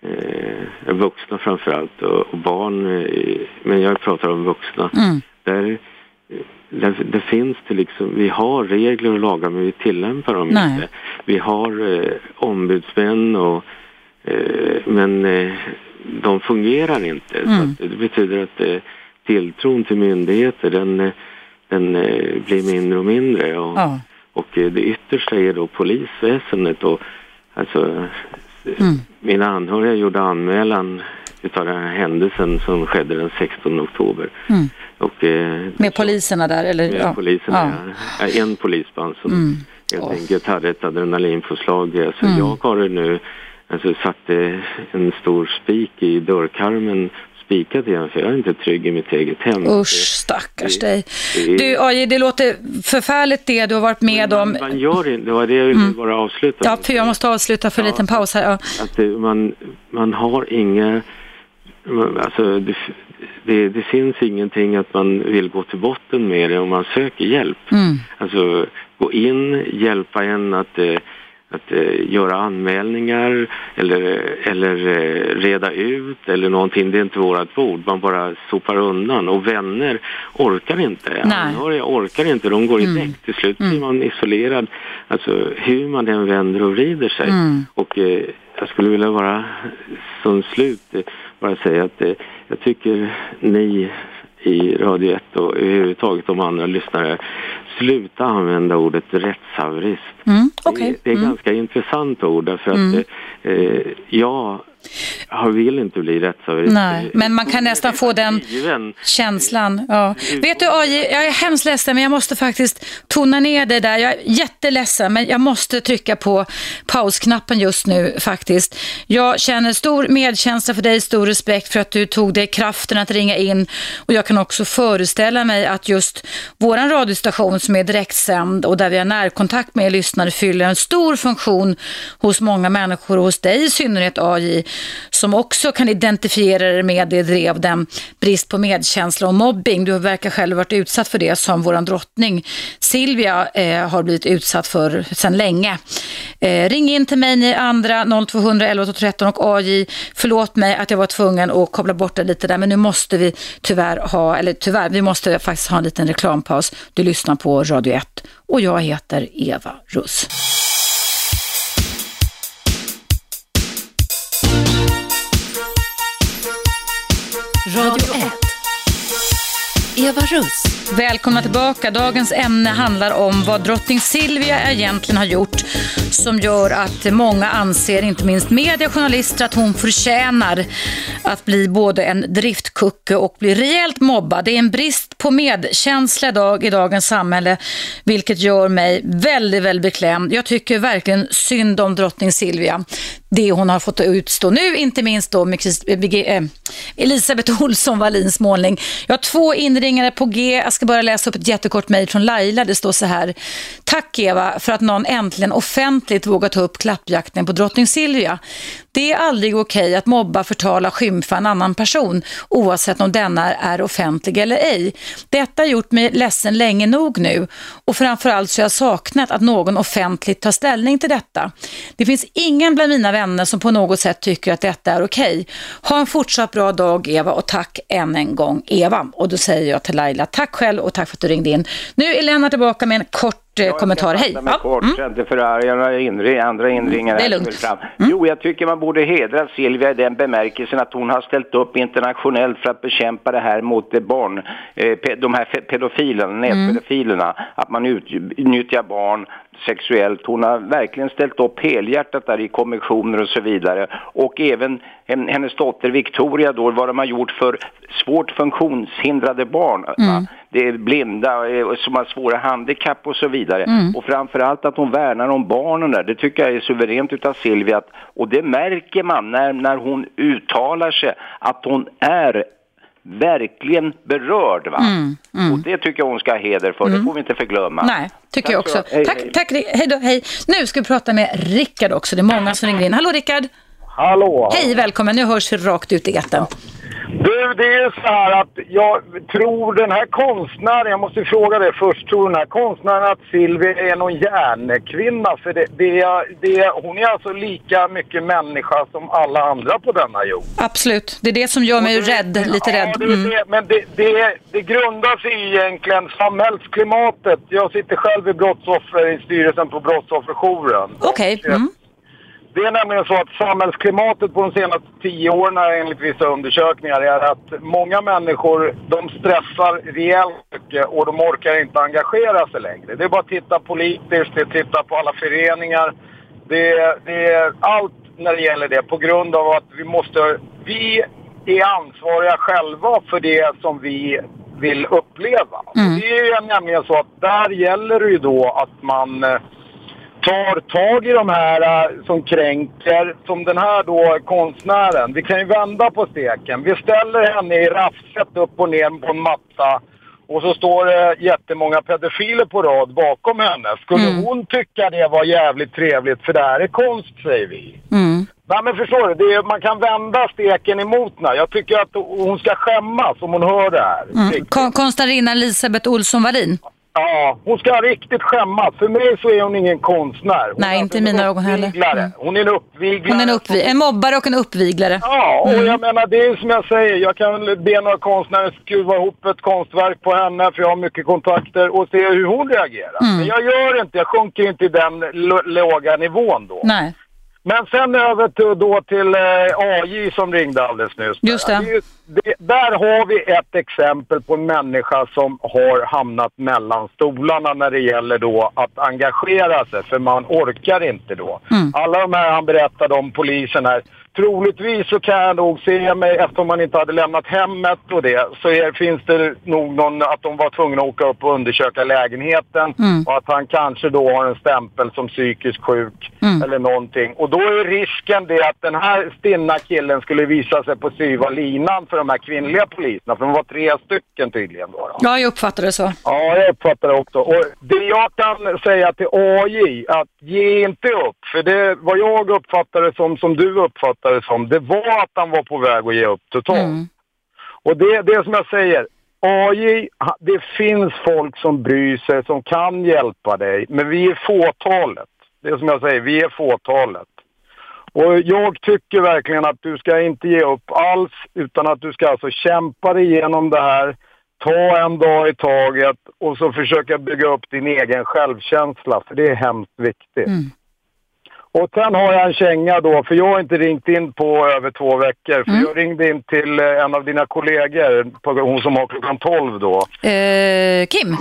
[SPEAKER 11] Eh, vuxna framförallt och, och barn, eh, men jag pratar om vuxna. Mm. Där Det, det finns det liksom, vi har regler och lagar men vi tillämpar dem Nej. inte. Vi har eh, ombudsmän och eh, men eh, de fungerar inte. Mm. Så att det betyder att eh, tilltron till myndigheter den, den eh, blir mindre och mindre och, ja. och eh, det yttersta är då polisväsendet och alltså mm. mina anhöriga gjorde anmälan utav den här händelsen som skedde den sextonde oktober. Mm. Och, eh,
[SPEAKER 2] med poliserna där? Eller?
[SPEAKER 11] Med
[SPEAKER 2] ja.
[SPEAKER 11] poliserna, ja. Ja. En polisman som mm. helt oh. enkelt hade ett adrenalinpåslag. Alltså mm. jag har nu alltså, satte en stor spik i dörrkarmen, spikat igen, för jag är inte trygg i mitt eget hem.
[SPEAKER 2] Usch, stackars det, dig. Det, du, A J, det låter förfärligt det du har varit med man, om.
[SPEAKER 11] Man gör inte, det var det jag ville mm. bara avsluta.
[SPEAKER 2] Ja, för jag måste avsluta för en ja, liten paus här. Ja.
[SPEAKER 11] Att det, man, man har inga... Alltså, det, det, det finns ingenting att man vill gå till botten med det om man söker hjälp. Mm. Alltså gå in, hjälpa en att, att göra anmälningar eller, eller reda ut eller någonting. Det är inte vårat bord. Man bara sopar undan. Och vänner orkar inte. Anhöriga orkar inte. De går i mm. däck. Till slut blir man isolerad. Alltså hur man än vänder och vrider sig. Mm. Och eh, jag skulle vilja vara som slut bara säga att eh, jag tycker ni i Radio ett och överhuvudtaget de andra lyssnare sluta använda ordet rättshaverist. Mm, okay. det, det är mm. ganska intressant ord därför mm. att eh, jag Jag vill inte bli rättshaverist.
[SPEAKER 2] Nej, men man kan nästan få den känslan. Ja. Vet du, A J, jag är hemskt ledsen men jag måste faktiskt tona ner det där. Jag är jätteledsen men jag måste trycka på pausknappen just nu faktiskt. Jag känner stor medkänsla för dig, stor respekt för att du tog dig kraften att ringa in, och jag kan också föreställa mig att just våran radiostation som är direktsänd och där vi har närkontakt med lyssnare fyller en stor funktion hos många människor och hos dig i synnerhet, A J. som också kan identifiera dig med det drev den brist på medkänsla och mobbing. Du verkar själv varit utsatt för det som våran drottning Silvia eh, har blivit utsatt för sedan länge. Eh, ring in till mig ni andra noll två hundra elva tretton och A J. Förlåt mig att jag var tvungen att koppla bort det lite där, men nu måste vi tyvärr ha, eller tyvärr, vi måste faktiskt ha en liten reklampaus. Du lyssnar på Radio ett och jag heter Eva Russ. Radio ett. Eva Russ. Välkomna tillbaka. Dagens ämne handlar om vad drottning Silvia egentligen har gjort som gör att många anser, inte minst mediejournalister, att hon förtjänar att bli både en driftkucke och bli rejält mobbad. Det är en brist på medkänsla idag i dagens samhälle, vilket gör mig väldigt, väldigt beklämd. Jag tycker verkligen synd om drottning Silvia. Det hon har fått utstå nu, inte minst då med Elisabeth Olsson Wallins målning. Jag har två inringare på G. Jag ska bara läsa upp ett jättekort mejl från Laila. Det står så här: tack Eva för att någon äntligen offentligt vågat ta upp klappjakten på drottning Silvia. Det är aldrig okej att mobba, förtala, skymfa en annan person oavsett om denna är offentlig eller ej. Detta har gjort mig ledsen länge nog nu och framförallt så har jag saknat att någon offentligt tar ställning till detta. Det finns ingen bland mina vänner som på något sätt tycker att detta är okej. Ha en fortsatt bra dag Eva och tack än en gång Eva. Och då säger jag till Laila tack själv och tack för att du ringde in. Nu är Lena tillbaka med en kort
[SPEAKER 1] Jag
[SPEAKER 2] kommentar. Hej.
[SPEAKER 1] Ja. Kort, mm. Inte för andra, inring, andra inringare.
[SPEAKER 2] Det är lugnt.
[SPEAKER 1] Fram. Mm. Jo, jag tycker man borde hedra Silvia i den bemärkelsen att hon har ställt upp internationellt för att bekämpa det här mot barn, eh, de här pedofilerna, nätpedofilerna, mm. att man utnyttjar barn sexuellt. Hon har verkligen ställt upp helhjärtat där i kommissioner och så vidare. Och även hennes dotter Victoria då, vad de har gjort för svårt funktionshindrade barn. Mm. Det är blinda som har svåra handikapp och så vidare. Mm. Och framförallt att hon värnar om barnen där. Det tycker jag är suveränt utav Silvia. Och det märker man när, när hon uttalar sig att hon är verkligen berörd va? Mm, mm. Och det tycker jag hon ska ha heder för, mm. det får vi inte förglömma.
[SPEAKER 2] Nej, tycker tack jag också. Hej, tack, hej. tack, hej då, hej. Nu ska vi prata med Rickard också, det är många som ringer in. Hallå Rickard.
[SPEAKER 12] Hallå.
[SPEAKER 2] Hej, välkommen, nu hörs vi rakt ut i etern.
[SPEAKER 12] Du, det är så här att jag tror den här konstnären, jag måste fråga dig först, tror den här konstnären att Silvia är någon järnkvinna? För det, det, det, hon är alltså lika mycket människa som alla andra på denna jord.
[SPEAKER 2] Absolut, det är det som gör mig det, rädd, lite
[SPEAKER 12] ja,
[SPEAKER 2] rädd.
[SPEAKER 12] Mm. Det, men det, det, det grundar sig egentligen samhällsklimatet. Jag sitter själv i brottsoffer i styrelsen på brottsofferjouren.
[SPEAKER 2] Okej, okay. mm.
[SPEAKER 12] Det är nämligen så att samhällsklimatet på de senaste tio åren enligt vissa undersökningar är att många människor, de stressar rejält mycket och de orkar inte engagera sig längre. Det är bara att titta politiskt, det är att titta på alla föreningar. Det är, det är allt när det gäller det på grund av att vi måste, vi är ansvariga själva för det som vi vill uppleva. Mm. Det är ju nämligen så att där gäller det ju då att man tar tag i de här uh, som kränker, som den här då konstnären. Vi kan ju vända på steken. Vi ställer henne i raffset upp och ner på en matta och så står det uh, jättemånga pedofiler på rad bakom henne. Skulle mm. hon tycka det var jävligt trevligt för det här är konst, säger vi. Mm. Nej men förstår du, det är, man kan vända steken emot henne. Jag tycker att hon ska skämmas om hon hör det här.
[SPEAKER 2] Mm. Kon- konstnärinna Elisabeth Olsson Wallin.
[SPEAKER 12] Ja, hon ska riktigt skämmas. För mig så är hon ingen konstnär. Hon
[SPEAKER 2] Nej, inte i mina ögon heller. Mm.
[SPEAKER 12] Hon är en uppviglare.
[SPEAKER 2] Hon är en, uppvi- en mobbare och en uppviglare.
[SPEAKER 12] Ja, och
[SPEAKER 2] mm.
[SPEAKER 12] jag menar, det är som jag säger. Jag kan be några konstnärer skruva ihop ett konstverk på henne, för jag har mycket kontakter, och se hur hon reagerar. Mm. Men jag gör inte, jag sjunker inte i den l- låga nivån då.
[SPEAKER 2] Nej.
[SPEAKER 12] Men sen över till, då till eh, A J som ringde alldeles nyss.
[SPEAKER 2] Just det.
[SPEAKER 12] Det, det. Där har vi ett exempel på en människa som har hamnat mellan stolarna när det gäller då att engagera sig. För man orkar inte då. Mm. Alla de här han berättade om polisen här. Troligtvis så kan jag nog se mig, eftersom man inte hade lämnat hemmet och det, så är, finns det nog någon att de var tvungna att åka upp och undersöka lägenheten. Mm. Och att han kanske då har en stämpel som psykisk sjuk mm. eller någonting. Och då är risken det att den här stinna killen skulle visa sig på syva linan för de här kvinnliga poliserna. För de var tre stycken tydligen då. då.
[SPEAKER 2] Ja, jag uppfattar det så.
[SPEAKER 12] Ja, jag uppfattar det också. Och det jag kan säga till A J, att ge inte upp. För det vad jag uppfattar det som, som du uppfattar uppfattade det som, det var att han var på väg att ge upp totalt.
[SPEAKER 2] Mm.
[SPEAKER 12] Och det, det är som jag säger, A I, det finns folk som bryr sig, som kan hjälpa dig, men vi är fåtalet. Det är som jag säger, vi är fåtalet. Och jag tycker verkligen att du ska inte ge upp alls, utan att du ska alltså kämpa dig igenom det här, ta en dag i taget och så försöka bygga upp din egen självkänsla, för det är hemskt viktigt. Mm. Och sen har jag en känga då, för jag har inte ringt in på över två veckor. För mm. jag ringde in till en av dina kollegor, på, hon som har klockan tolv då.
[SPEAKER 2] Eh, Kim.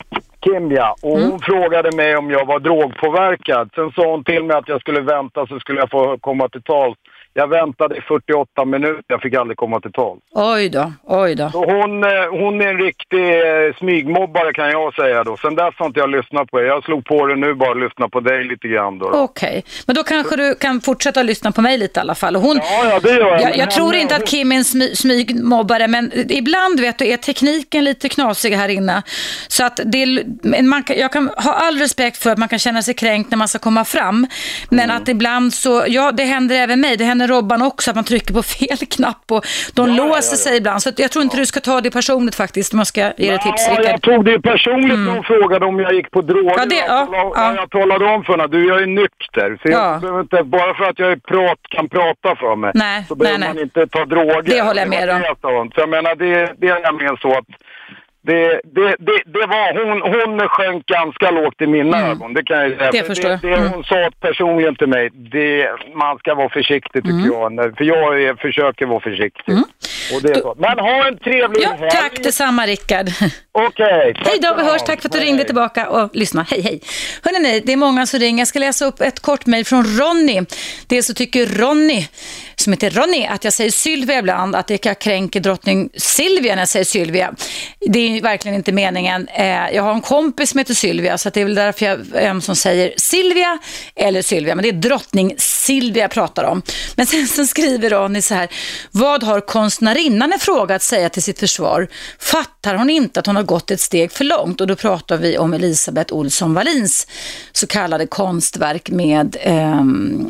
[SPEAKER 12] Kim, ja. Och hon
[SPEAKER 2] mm.
[SPEAKER 12] frågade mig om jag var drogpåverkad. Sen sa hon till mig att jag skulle vänta så skulle jag få komma till tal. Jag väntade i fyrtioåtta minuter, jag fick aldrig komma till tal.
[SPEAKER 2] Oj då, oj då.
[SPEAKER 12] Så hon, hon är en riktig smygmobbare kan jag säga då. Sen dess har inte jag lyssnat på det. Jag slog på det nu bara och lyssnat på dig lite grann då. då.
[SPEAKER 2] Okej, okay. Men då kanske du kan fortsätta lyssna på mig lite i alla fall. Och hon,
[SPEAKER 12] ja, ja, det gör jag.
[SPEAKER 2] Jag, jag tror inte att Kim är en smy, smygmobbare, men ibland vet du, är tekniken lite knasig här inne. Så att det, man kan, jag kan ha all respekt för att man kan känna sig kränkt när man ska komma fram. Men mm. att ibland så, ja det händer även mig, det händer Robban också, att man trycker på fel knapp och de ja, låser ja, ja. sig ibland. Så att jag tror inte ja. du ska ta det personligt faktiskt, om man ska ge dig tips.
[SPEAKER 12] Ja, jag tog det personligt mm. och frågade om jag gick på droger.
[SPEAKER 2] Ja, det, ja,
[SPEAKER 12] jag, talade,
[SPEAKER 2] ja.
[SPEAKER 12] jag talade om för henne, du jag är nykter. Så
[SPEAKER 2] ja.
[SPEAKER 12] jag behöver inte, bara för att jag prat, kan prata för mig
[SPEAKER 2] nej,
[SPEAKER 12] så behöver
[SPEAKER 2] nej,
[SPEAKER 12] man
[SPEAKER 2] nej.
[SPEAKER 12] inte ta droger.
[SPEAKER 2] Det håller jag med om.
[SPEAKER 12] Så jag menar, det, det är nämligen så att Det, det, det, det var, hon, hon sjönk ganska lågt i mina mm. ögon, det kan jag säga.
[SPEAKER 2] Det förstår jag.
[SPEAKER 12] Det, det hon mm. sa personligen till mig, det, man ska vara försiktig tycker mm. jag. För jag är, försöker vara försiktig. Mm. Och det är så. Men ha en trevlig
[SPEAKER 2] ja,
[SPEAKER 12] helg.
[SPEAKER 2] Tack detsamma Rickard.
[SPEAKER 12] Okej. Okay,
[SPEAKER 2] hej då, vi hörs. Tack för att du hej. ringde tillbaka och lyssna. Hej, hej. Hörrni, det är många som ringer. Jag ska läsa upp ett kort mejl från Ronny. Dels så tycker Ronny, som heter Ronny, att jag säger Sylvia ibland, att jag kränker drottning Silvia när jag säger Sylvia. Det är verkligen inte meningen. Jag har en kompis som heter Sylvia, så det är väl därför jag vem som säger Silvia eller Sylvia, men det är drottning Silvia jag pratar om. Men sen så skriver Ronny så här: vad har konstnärinnan frågat säga till sitt försvar? Fattar hon inte att hon har gått ett steg för långt? Och då pratar vi om Elisabeth Olsson Wallins så kallade konstverk med eh,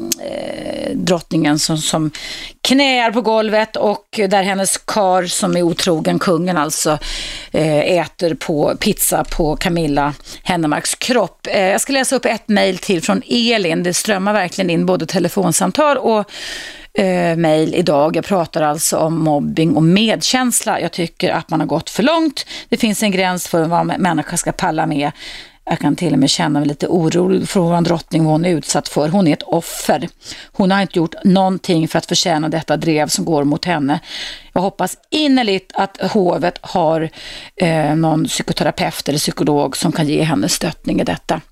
[SPEAKER 2] drottningen som, som knäar på golvet, och där hennes kar som är otrogen, kungen alltså, äter på pizza på Camilla Hennemarks kropp. Jag ska läsa upp ett mejl till från Elin. Det strömmar verkligen in både telefonsamtal och eh, mejl idag. Jag pratar alltså om mobbing och medkänsla. Jag tycker att man har gått för långt. Det finns en gräns för vad människor ska palla med. Jag kan till och med känna mig lite orolig för vår drottning hon är utsatt för. Hon är ett offer. Hon har inte gjort någonting för att förtjäna detta drev som går mot henne. Jag hoppas innerligt att hovet har eh, någon psykoterapeut eller psykolog som kan ge henne stöttning i detta.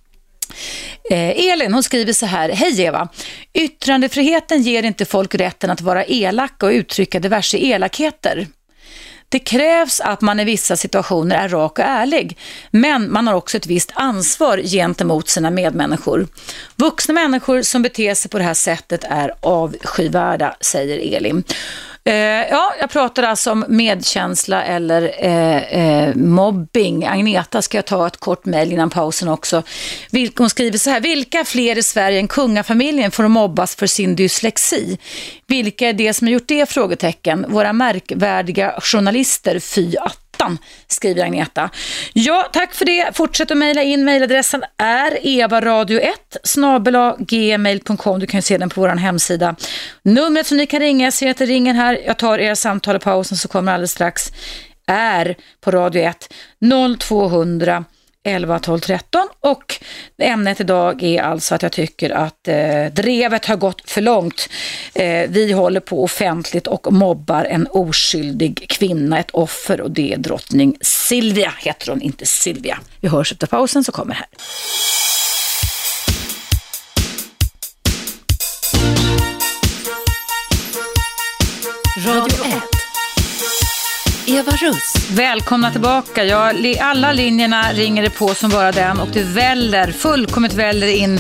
[SPEAKER 2] Eh, Elin, hon skriver så här: hej Eva, yttrandefriheten ger inte folk rätten att vara elaka och uttrycka diverse elakheter. Det krävs att man i vissa situationer är rak och ärlig, men man har också ett visst ansvar gentemot sina medmänniskor. Vuxna människor som beter sig på det här sättet är avskyvärda, säger Elin. Eh, ja, jag pratar alltså om medkänsla eller eh, eh, mobbing. Agneta ska jag ta ett kort mejl innan pausen också. Vil- hon skriver så här: vilka fler i Sverige än kungafamiljen får mobbas för sin dyslexi? Vilka är det som har gjort det? Frågetecken. Våra märkvärdiga journalister, fy attan, skriver Agneta. Ja, tack för det. Fortsätt att mejla in. Mejladressen är evaradio ett snabel-a gmail punkt com. Du kan se den på vår hemsida. Numret som ni kan ringa, jag ser att det ringer här. Jag tar era samtal i pausen så kommer alldeles strax. Är på Radio ett noll två hundra elva tolv tretton, och ämnet idag är alltså att jag tycker att eh, drevet har gått för långt. Eh, vi håller på offentligt och mobbar en oskyldig kvinna, ett offer, och det är drottning Silvia, heter hon, inte Sylvia. Vi hörs efter pausen så kommer här. Radio ett. Eva Russ. Välkomna tillbaka. Ja, alla linjerna ringer det på som bara den, och det väller, fullkomligt väller in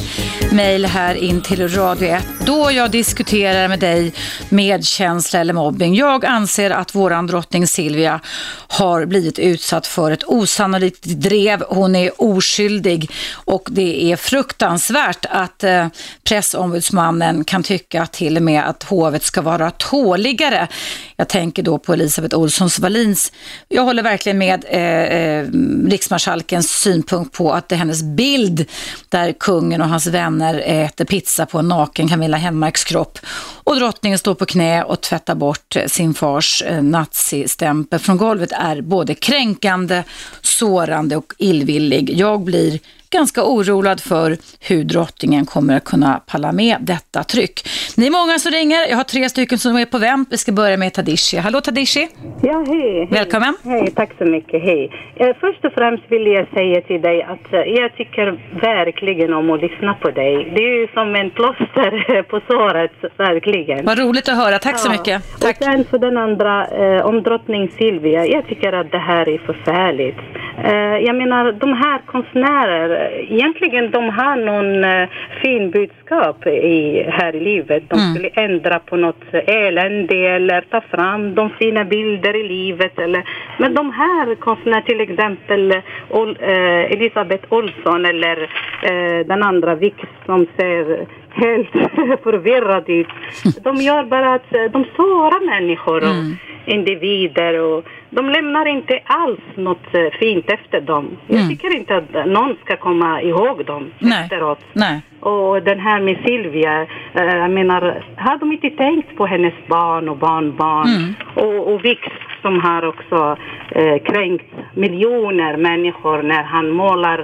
[SPEAKER 2] mejl här in till Radio ett då jag diskuterar med dig medkänsla eller mobbing. Jag anser att våran drottning Silvia har blivit utsatt för ett osannolikt drev. Hon är oskyldig och det är fruktansvärt att eh, pressombudsmannen kan tycka till och med att hovet ska vara tåligare. Jag tänker då på Elisabeth Olssons Wallins. Jag håller verkligen med eh, eh, riksmarskalkens synpunkt på att det är hennes bild där kungen och hans vänner äter pizza på en naken Camilla Hemmarks kropp och drottningen står på knä och tvättar bort sin fars eh, nazistämpel från golvet är både kränkande, sårande och illvillig. Jag blir ganska orolig för hur drottningen kommer att kunna palla med detta tryck. Ni är många som ringer. Jag har tre stycken som är på vänt. Vi ska börja med Tadishi. Hallå Tadishi.
[SPEAKER 13] Ja, hej.
[SPEAKER 2] Välkommen.
[SPEAKER 13] Hej, tack så mycket. Hej. Eh, först och främst vill jag säga till dig att eh, jag tycker verkligen om att lyssna på dig. Det är ju som en plåster på såret, verkligen.
[SPEAKER 2] Vad roligt att höra. Tack ja. så mycket. Tack.
[SPEAKER 13] Och sen för den andra, eh, om drottning Silvia. Jag tycker att det här är förfärligt. Eh, jag menar, de här konstnärer egentligen de har någon uh, fin budskap i, här i livet. De mm. skulle ändra på något elände eller ta fram de fina bilder i livet. Eller, men de här konstnärerna, till exempel uh, Elisabeth Olsson eller uh, den andra Vix som ser helt förvirrad ut. De gör bara att de sårar människor och mm. individer och de lämnar inte alls något fint efter dem. Jag mm. tycker inte att någon ska komma ihåg dem
[SPEAKER 2] Nej.
[SPEAKER 13] efteråt.
[SPEAKER 2] Nej.
[SPEAKER 13] Och den här med Silvia, äh, jag menar, har de inte tänkt på hennes barn och barnbarn? Mm. Och, och Vix som har också äh, kränkt miljoner människor när han målar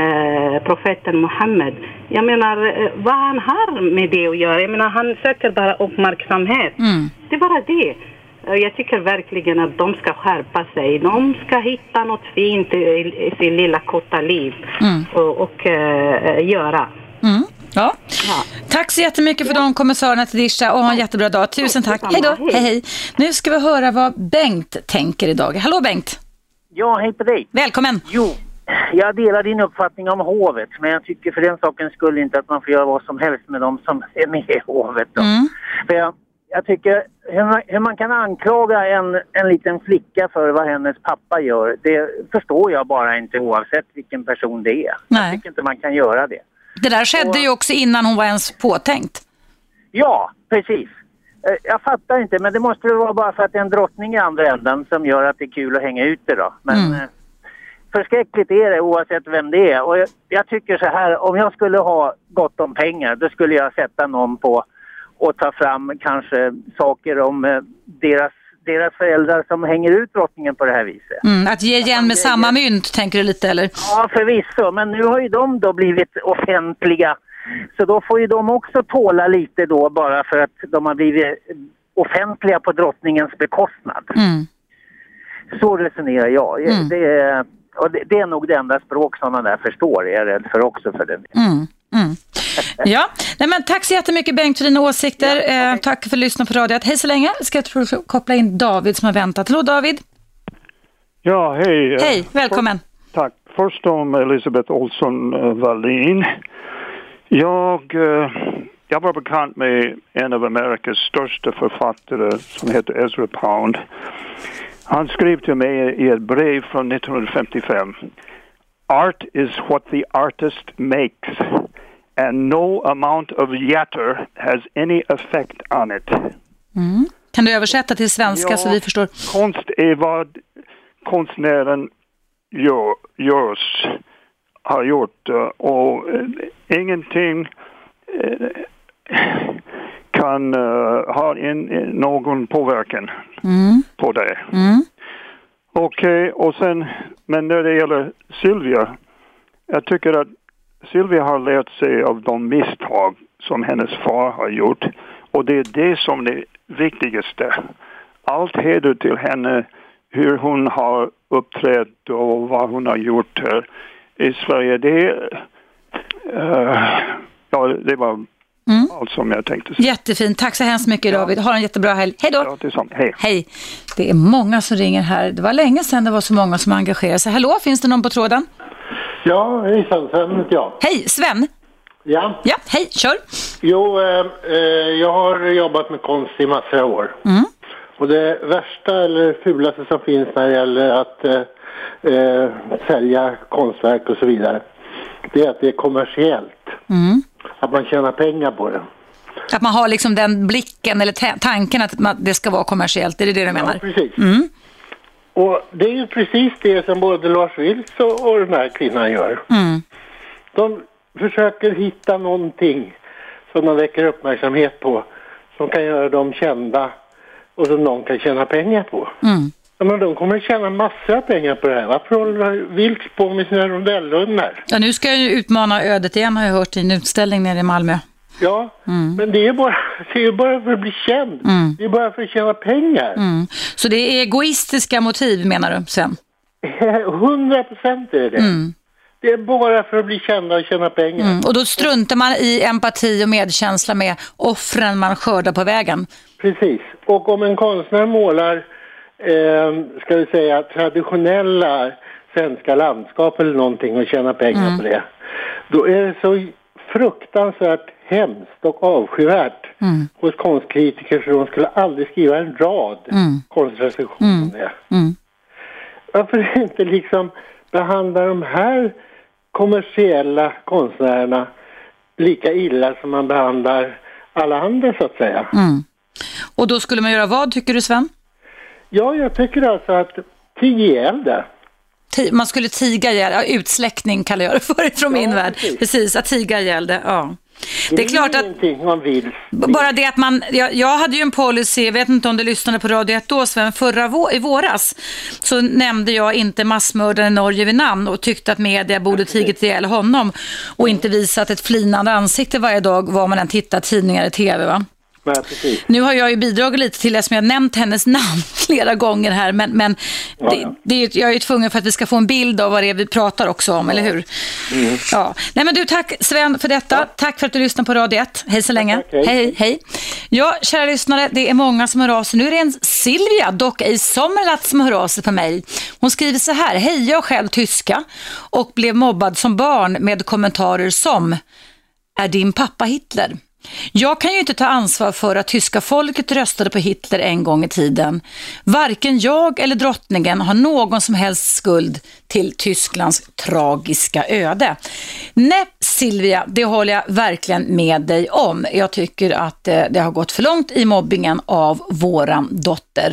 [SPEAKER 13] äh, profeten Muhammed. Jag menar, äh, vad han har med det att göra? Jag menar, han söker bara uppmärksamhet. Mm. Det är bara det. Jag tycker verkligen att de ska skärpa sig. De ska hitta något fint i, i sin lilla korta liv mm. och, och uh, göra.
[SPEAKER 2] Mm. Ja. ja. Tack så jättemycket för ja. de kommissarierna till Disha och ha en jättebra dag. Tusen tack. Hej då. Hej. hej hej. Nu ska vi höra vad Bengt tänker idag. Hallå Bengt.
[SPEAKER 14] Ja, hej på dig.
[SPEAKER 2] Välkommen.
[SPEAKER 14] Jo, jag delar din uppfattning om hovet, men jag tycker för den saken skulle inte att man får göra vad som helst med dem som är med i hovet. Då. Mm. För jag Jag tycker hur man, hur man kan anklaga en, en liten flicka för vad hennes pappa gör, det förstår jag bara inte oavsett vilken person det är. Nej. Jag tycker inte man kan göra det.
[SPEAKER 2] Det där skedde och, ju också innan hon var ens påtänkt.
[SPEAKER 14] Ja, precis. Jag fattar inte, men det måste väl vara bara för att det är en drottning i andra änden som gör att det är kul att hänga ut det då. Men mm. förskräckligt är det oavsett vem det är. Och jag, jag tycker så här, om jag skulle ha gott om pengar, då skulle jag sätta någon på och ta fram kanske saker om eh, deras, deras föräldrar som hänger ut drottningen på det här viset.
[SPEAKER 2] Mm, att ge igen med samma mynt, tänker du lite eller?
[SPEAKER 14] Ja, förvisso. Men nu har ju de då blivit offentliga. Så då får ju de också tåla lite då bara för att de har blivit offentliga på drottningens bekostnad. Mm. Så resonerar jag. Mm. Det, och det, det är nog det enda språk som man där förstår. Jag är rädd för också för det.
[SPEAKER 2] Mm. Mm. Ja, nej men tack så jättemycket Bengt för dina åsikter. Ja, okay. eh, tack för att lyssna på radiot. Hej så länge. Ska jag koppla in David som har väntat. Hallå David.
[SPEAKER 15] Ja, hej.
[SPEAKER 2] Hej, välkommen.
[SPEAKER 15] För, tack. Först om Elisabeth Olsson uh, Wallin. Jag, uh, jag var bekant med en av Amerikas största författare som heter Ezra Pound. Han skrev till mig i ett brev från nittonhundrafemtiofem. Art is what the artist makes, and no amount of yatter has any effect on it.
[SPEAKER 2] Mm. Kan du översätta till svenska ja, så vi förstår?
[SPEAKER 15] Konst är vad konstnären gör, görs, har gjort, och uh, ingenting uh, kan uh, ha in, någon påverkan mm. på det. Mm. Okej, okay, och sen, men när det gäller Silvia, jag tycker att Silvia har lärt sig av de misstag som hennes far har gjort, och det är det som är det viktigaste. Allt heder till henne, hur hon har uppträtt och vad hon har gjort här i Sverige. Det, uh, ja, det var mm. allt som jag tänkte säga.
[SPEAKER 2] Jättefint, tack så hemskt mycket David. Ha en jättebra helg. Hej då.
[SPEAKER 15] Ja, detsamma. Hej.
[SPEAKER 2] Hej. Det är många som ringer här. Det var länge sedan det var så många som engagerade sig. Hallå, finns det någon på tråden?
[SPEAKER 16] Ja, hejsan, Sven heter jag.
[SPEAKER 2] Hej, Sven.
[SPEAKER 16] Ja.
[SPEAKER 2] Ja, hej, kör.
[SPEAKER 16] Jo, eh, jag har jobbat med konst i massor av år.
[SPEAKER 2] Mm.
[SPEAKER 16] Och det värsta eller fulaste som finns när det gäller att eh, eh, sälja konstverk och så vidare, det är att det är kommersiellt.
[SPEAKER 2] Mm.
[SPEAKER 16] Att man tjänar pengar på det.
[SPEAKER 2] Att man har liksom den blicken eller ta- tanken att man, det ska vara kommersiellt, är det det du menar?
[SPEAKER 16] Ja, precis.
[SPEAKER 2] Mm.
[SPEAKER 16] Och det är ju precis det som både Lars Vilks och, och den här kvinnan gör.
[SPEAKER 2] Mm.
[SPEAKER 16] De försöker hitta någonting som de väcker uppmärksamhet på, som kan göra dem kända och som någon kan tjäna pengar på.
[SPEAKER 2] Mm.
[SPEAKER 16] Ja, men de kommer att tjäna massor av pengar på det här. Varför håller Vilks på med sina rondellhundar?
[SPEAKER 2] Ja, nu ska jag ju utmana ödet igen, har jag hört i en utställning nere i Malmö.
[SPEAKER 16] Ja, mm. men det är, bara, det är bara för att bli känd.
[SPEAKER 2] Mm.
[SPEAKER 16] Det är bara för att tjäna pengar.
[SPEAKER 2] Mm. Så det är egoistiska motiv, menar du, sen?
[SPEAKER 16] Hundra procent är det.
[SPEAKER 2] Mm.
[SPEAKER 16] Det är bara för att bli kända och tjäna pengar.
[SPEAKER 2] Mm. Och då struntar man i empati och medkänsla med offren man skördar på vägen.
[SPEAKER 16] Precis. Och om en konstnär målar, eh, ska vi säga, traditionella svenska landskap eller någonting och tjänar pengar
[SPEAKER 2] Mm.
[SPEAKER 16] på det, då är det så fruktansvärt hemskt och avskyvärt
[SPEAKER 2] Mm.
[SPEAKER 16] hos konstkritiker, så de skulle aldrig skriva en rad
[SPEAKER 2] Mm.
[SPEAKER 16] konstrecension
[SPEAKER 2] Mm.
[SPEAKER 16] om det.
[SPEAKER 2] Mm.
[SPEAKER 16] Varför inte liksom behandla de här kommersiella konstnärerna lika illa som man behandlar alla andra, så att säga?
[SPEAKER 2] Mm. Och då skulle man göra vad, tycker du, Sven?
[SPEAKER 16] Ja, jag tycker alltså att tiga ihjäl det.
[SPEAKER 2] Ti- man skulle tiga ihjäl, ja, utsläckning kallar jag det för från min värld.
[SPEAKER 16] precis.
[SPEAKER 2] Precis, att tiga ihjäl det, ja.
[SPEAKER 16] Det,
[SPEAKER 2] Det är klart att
[SPEAKER 16] ingenting man vill.
[SPEAKER 2] bara det att man, jag, jag hade ju en policy, jag vet inte om du lyssnade på Radio ett då, Sven, förra vå, i våras så nämnde jag inte massmördaren i Norge vid namn och tyckte att media borde tigit ihjäl honom och inte visat ett flinande ansikte varje dag var man än tittar tidningar i tv, va?
[SPEAKER 16] Ja, precis.
[SPEAKER 2] Nu har jag ju bidragit lite till det som jag nämnt hennes namn flera gånger här, men, men
[SPEAKER 16] Ja,
[SPEAKER 2] det,
[SPEAKER 16] ja.
[SPEAKER 2] det är, ju- jag är ju tvungen för att vi ska få en bild av vad det är vi pratar också om, eller hur?
[SPEAKER 16] Mm.
[SPEAKER 2] Ja. Nej, men du, tack Sven för detta. Tack för att du lyssnar på Radio ett. Hej så länge.
[SPEAKER 16] Tack, hej.
[SPEAKER 2] hej, hej. Ja, kära lyssnare, det är många som hör av sig. Nu är det en Silvia, dock i Sommerlath, som hör av sig på mig. Hon skriver så här: hej, jag själv tyska och blev mobbad som barn med kommentarer som: är din pappa Hitler? Jag kan ju inte ta ansvar för att tyska folket röstade på Hitler en gång i tiden. Varken jag eller drottningen har någon som helst skuld till Tysklands tragiska öde. Nej, Silvia, det håller jag verkligen med dig om. Jag tycker att eh, det har gått för långt i mobbingen av våran dotter.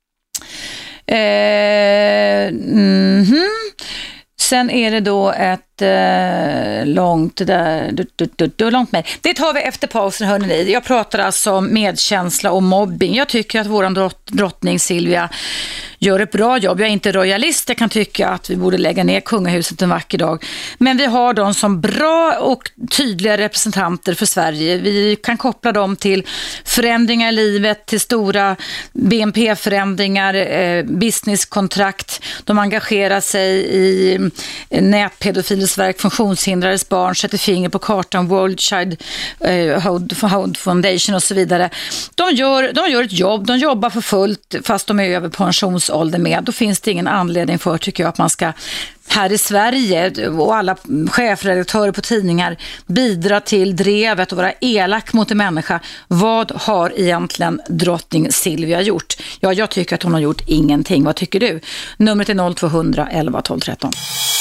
[SPEAKER 2] Eh, mhm. Sen är det då ett eh, långt där, du, du, du, du, långt med. Det tar vi efter pausen, hörni ni. Jag pratar alltså om medkänsla och mobbing. Jag tycker att våran drott, drottning Silvia gör ett bra jobb. Jag är inte royalist, jag kan tycka att vi borde lägga ner kungahuset en vacker dag. Men vi har dem som bra och tydliga representanter för Sverige. Vi kan koppla dem till förändringar i livet, till stora B N P-förändringar, eh, businesskontrakt. De engagerar sig i eh, nätpedofilers verk, funktionshindrades barn, sätter finger på kartan, World Child eh, Hood Foundation och så vidare. De gör, de gör ett jobb, de jobbar för fullt fast de är över pensionsålder med. Då finns det ingen anledning för, tycker jag, att man ska här i Sverige och alla chefredaktörer på tidningar bidra till drevet och vara elak mot en människa. Vad har egentligen drottning Silvia gjort? Ja, jag tycker att hon har gjort ingenting. Vad tycker du? Numret är noll två hundra elva tolv tretton.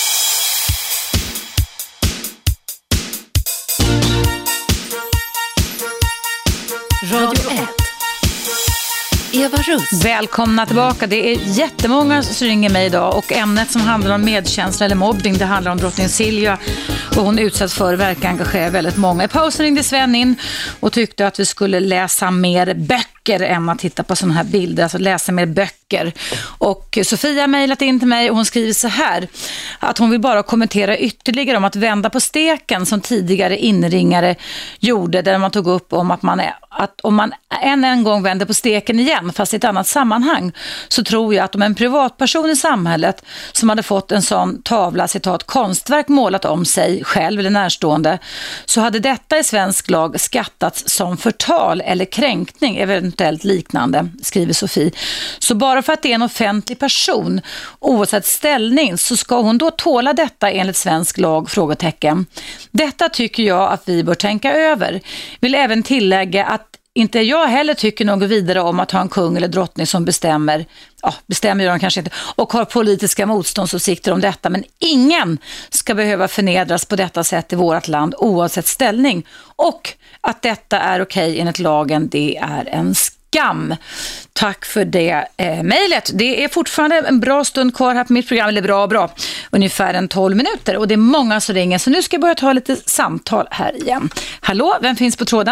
[SPEAKER 17] Radio ett. Eva Russ.
[SPEAKER 2] Välkomna tillbaka. Det är jättemånga som ringer mig idag och ämnet som handlar om medkänsla eller mobbing, det handlar om drottning Silvia och hon utsätts för verkar engagera väldigt många. I pausen ringde Sven in och tyckte att vi skulle läsa mer böcker än att titta på sådana här bilder, alltså läsa mer böcker. Och Sofia har mejlat in till mig och hon skriver så här att hon vill bara kommentera ytterligare om att vända på steken som tidigare inringare gjorde, där man tog upp om att man är, att om man än en gång vänder på steken igen fast i ett annat sammanhang, så tror jag att om en privatperson i samhället som hade fått en sån tavla, citat, konstverk målat om sig själv eller närstående, så hade detta i svensk lag skattats som förtal eller kränkning, eventuellt liknande, skriver Sofie. Så bara bara för att det är en offentlig person, oavsett ställning, så ska hon då tåla detta enligt svensk lag? Frågetecken. Detta tycker jag att vi bör tänka över. Vill även tillägga att inte jag heller tycker något vidare om att ha en kung eller drottning som bestämmer, ja, bestämmer de kanske inte, och har politiska motståndsåsikter om detta, men ingen ska behöva förnedras på detta sätt i vårt land oavsett ställning, och att detta är okej enligt lagen, det är en skam. Tack för det eh, mejlet. Det är fortfarande en bra stund kvar här på mitt program, eller bra bra, ungefär en tolv minuter, och det är många som ringer, så nu ska jag börja ta lite samtal här igen. Hallå, vem finns på tråden?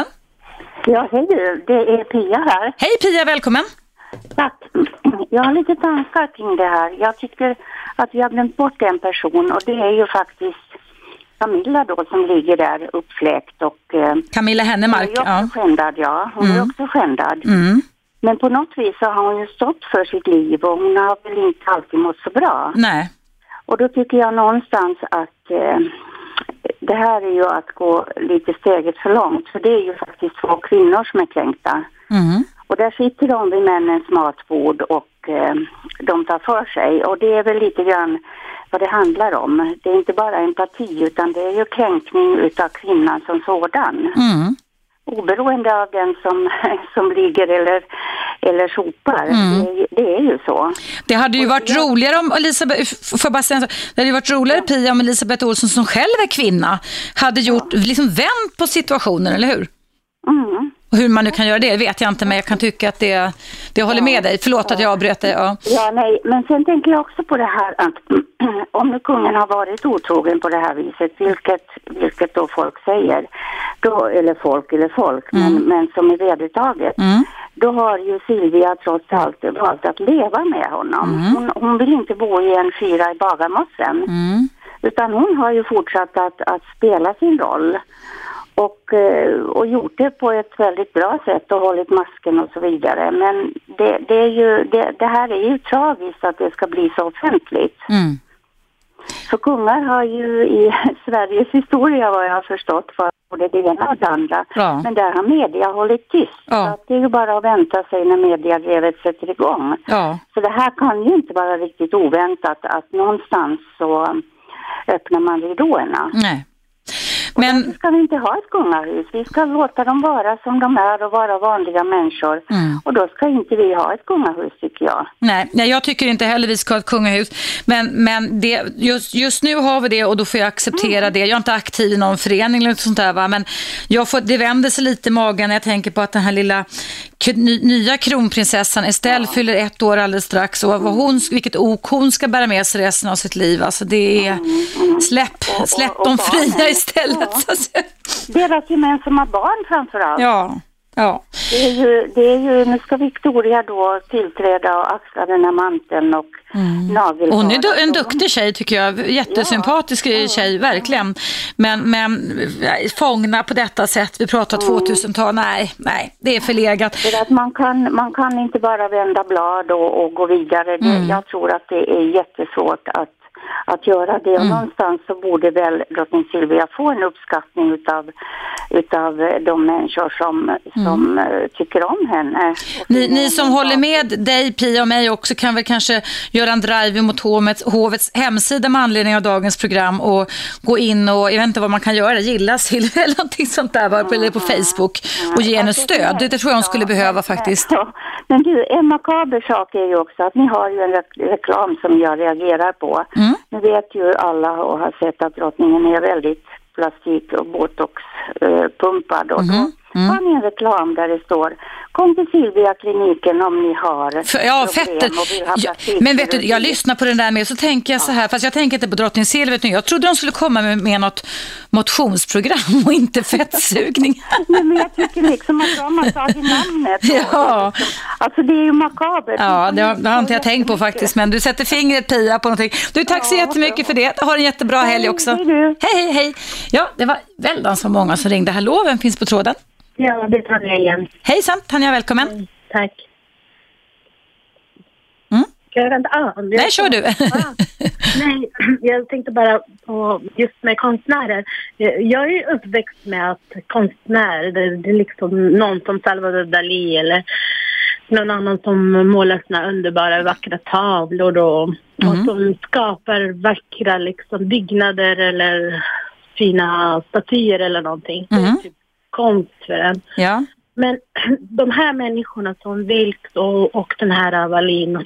[SPEAKER 18] Ja, hej du. Det är Pia här.
[SPEAKER 2] Hej Pia, välkommen.
[SPEAKER 18] Tack. Jag har lite tankar kring det här. Jag tycker att vi har glömt bort en person, och det är ju faktiskt Camilla då, som ligger där uppfläkt. Och, eh,
[SPEAKER 2] Camilla Hennemark,
[SPEAKER 18] ja. Hon är också skändad, ja. Hon mm. är också skändad.
[SPEAKER 2] Mm.
[SPEAKER 18] Men på något vis så har hon ju stått för sitt liv, och hon har väl inte alltid mått så bra.
[SPEAKER 2] Nej.
[SPEAKER 18] Och då tycker jag någonstans att eh, det här är ju att gå lite steget för långt. För det är ju faktiskt två kvinnor som är kränkta.
[SPEAKER 2] Mm.
[SPEAKER 18] Och där sitter de vid männens matbord, och eh, de tar för sig. Och det är väl lite grann vad det handlar om. Det är inte bara empati, utan det är ju kränkning utav kvinnan som sådan.
[SPEAKER 2] Mm.
[SPEAKER 18] Oberoende av den som, som ligger eller, eller sopar. Mm. Det, det är ju så.
[SPEAKER 2] Det hade ju och varit jag... roligare om Elisabeth, för bara säga, det hade ju varit roligare, ja. Pia, om Elisabeth Olsson, som själv är kvinna, hade gjort, ja. liksom vänt på situationen, eller hur?
[SPEAKER 18] Mm.
[SPEAKER 2] Och hur man nu kan göra det vet jag inte, men jag kan tycka att det, det håller med dig. Förlåt ja. att jag avbröt dig. Ja.
[SPEAKER 18] ja, nej, men sen tänker jag också på det här att om nu kungen har varit otrogen på det här viset, vilket, vilket då folk säger, då, eller folk eller folk, mm. men, men som är vedertaget, mm. då har ju Silvia trots allt valt att leva med honom. Mm. Hon, hon vill inte bo i en fyra i Bagarmossen, mm. utan hon har ju fortsatt att, att spela sin roll. Och, och gjort det på ett väldigt bra sätt och hållit masken och så vidare. Men det, det, är ju, det, det här är ju tragiskt att det ska bli så offentligt.
[SPEAKER 2] Mm.
[SPEAKER 18] Så kungar har ju i Sveriges historia, vad jag har förstått, för både det ena och det andra.
[SPEAKER 2] Ja.
[SPEAKER 18] Men där har media hållit tyst.
[SPEAKER 2] Ja.
[SPEAKER 18] Så att det är ju bara att vänta sig när mediadrevet sätter igång.
[SPEAKER 2] Ja.
[SPEAKER 18] Så det här kan ju inte vara riktigt oväntat att någonstans så öppnar man ridåerna.
[SPEAKER 2] Nej.
[SPEAKER 18] Men vi ska vi inte ha ett kungahus. Vi ska låta dem vara som de är och vara vanliga människor. Mm. Och då ska inte vi ha ett kungahus, tycker jag.
[SPEAKER 2] Nej, nej, jag tycker inte heller vi ska ha ett kungahus. Men, men det, just, just nu har vi det, och då får jag acceptera mm. det. Jag är inte aktiv i någon förening eller något sånt där, va? Men jag får, det vänder sig lite i magen när jag tänker på att den här lilla ny, nya kronprinsessan Estelle ja. fyller ett år alldeles strax. Och vad hon, vilket ok hon ska bära med sig resten av sitt liv. Alltså det är, mm. Mm. släpp, släpp och, och, och dem fria istället. Ja.
[SPEAKER 18] Deras gemensamma barn framförallt.
[SPEAKER 2] Ja, ja.
[SPEAKER 18] Det är ju, det är ju, nu ska Victoria då tillträda och axla den här manteln och mm. nagelbara.
[SPEAKER 2] Hon är en duktig tjej, tycker jag. Jättesympatisk ja. tjej, verkligen. Men, men fångna på detta sätt, vi pratar mm. tvåtusental, nej, nej, det är förlegat.
[SPEAKER 18] För att man kan, man kan inte bara vända blad och, och gå vidare. Mm. Det, jag tror att det är jättesvårt att att göra det, och mm. någonstans så borde väl drottning Silvia få en uppskattning utav, utav de människor som, som mm. tycker om henne.
[SPEAKER 2] Ni, ni som håller med dig, Pia, och mig också, kan väl kanske göra en drive mot hovets, hovets hemsida med anledning av dagens program och gå in och, jag vet inte vad man kan göra, gilla Silvia eller någonting sånt där, mm. eller på Facebook och ge henne stöd. Det, det tror jag hon skulle ja, behöva faktiskt.
[SPEAKER 18] Ja. Men du, en makaber sak är ju också att ni har ju en re- reklam som jag reagerar på. Mm. Nu vet ju alla och har sett att drottningen är väldigt plastik- och botox-pumpad. Och mm. då har ni en reklam där det står: kom till Silvia-kliniken om ni har
[SPEAKER 2] För, ja, fetter. Ja, men vet du, jag lyssnar på den där med, så tänker jag så här, fast jag tänker inte på drottning Silvia nu. Jag trodde de skulle komma med, med något motionsprogram och inte fettsugning.
[SPEAKER 18] Nej, men jag tycker liksom att de har tagit namnet.
[SPEAKER 2] Ja.
[SPEAKER 18] Alltså det är ju makabert.
[SPEAKER 2] Ja, det har, det har inte jag tänkt på faktiskt, men du sätter fingret, Pia, på någonting. Du, tack så jättemycket för det. Ha en jättebra helg också. Hej, hej, hej. Ja, det var väldigt så många som ringde. Hallå, vem finns på tråden?
[SPEAKER 19] Ja, det är Tanja igen.
[SPEAKER 2] Hejsan, Tanja, välkommen. Mm,
[SPEAKER 19] tack.
[SPEAKER 2] Mm?
[SPEAKER 19] Ska jag vänta? Ah,
[SPEAKER 2] Nej, kör du.
[SPEAKER 19] ah, nej, jag tänkte bara på just med konstnärer. Jag är ju uppväxt med att konstnär, det, det är liksom någon som Salvador Dalí eller någon annan som målar såna underbara vackra tavlor då, mm. och som skapar vackra liksom, byggnader eller fina statyer eller någonting. Mm. Det är typ konst för en.
[SPEAKER 2] Ja.
[SPEAKER 19] Men de här människorna som Vilks och, och den här Wallin,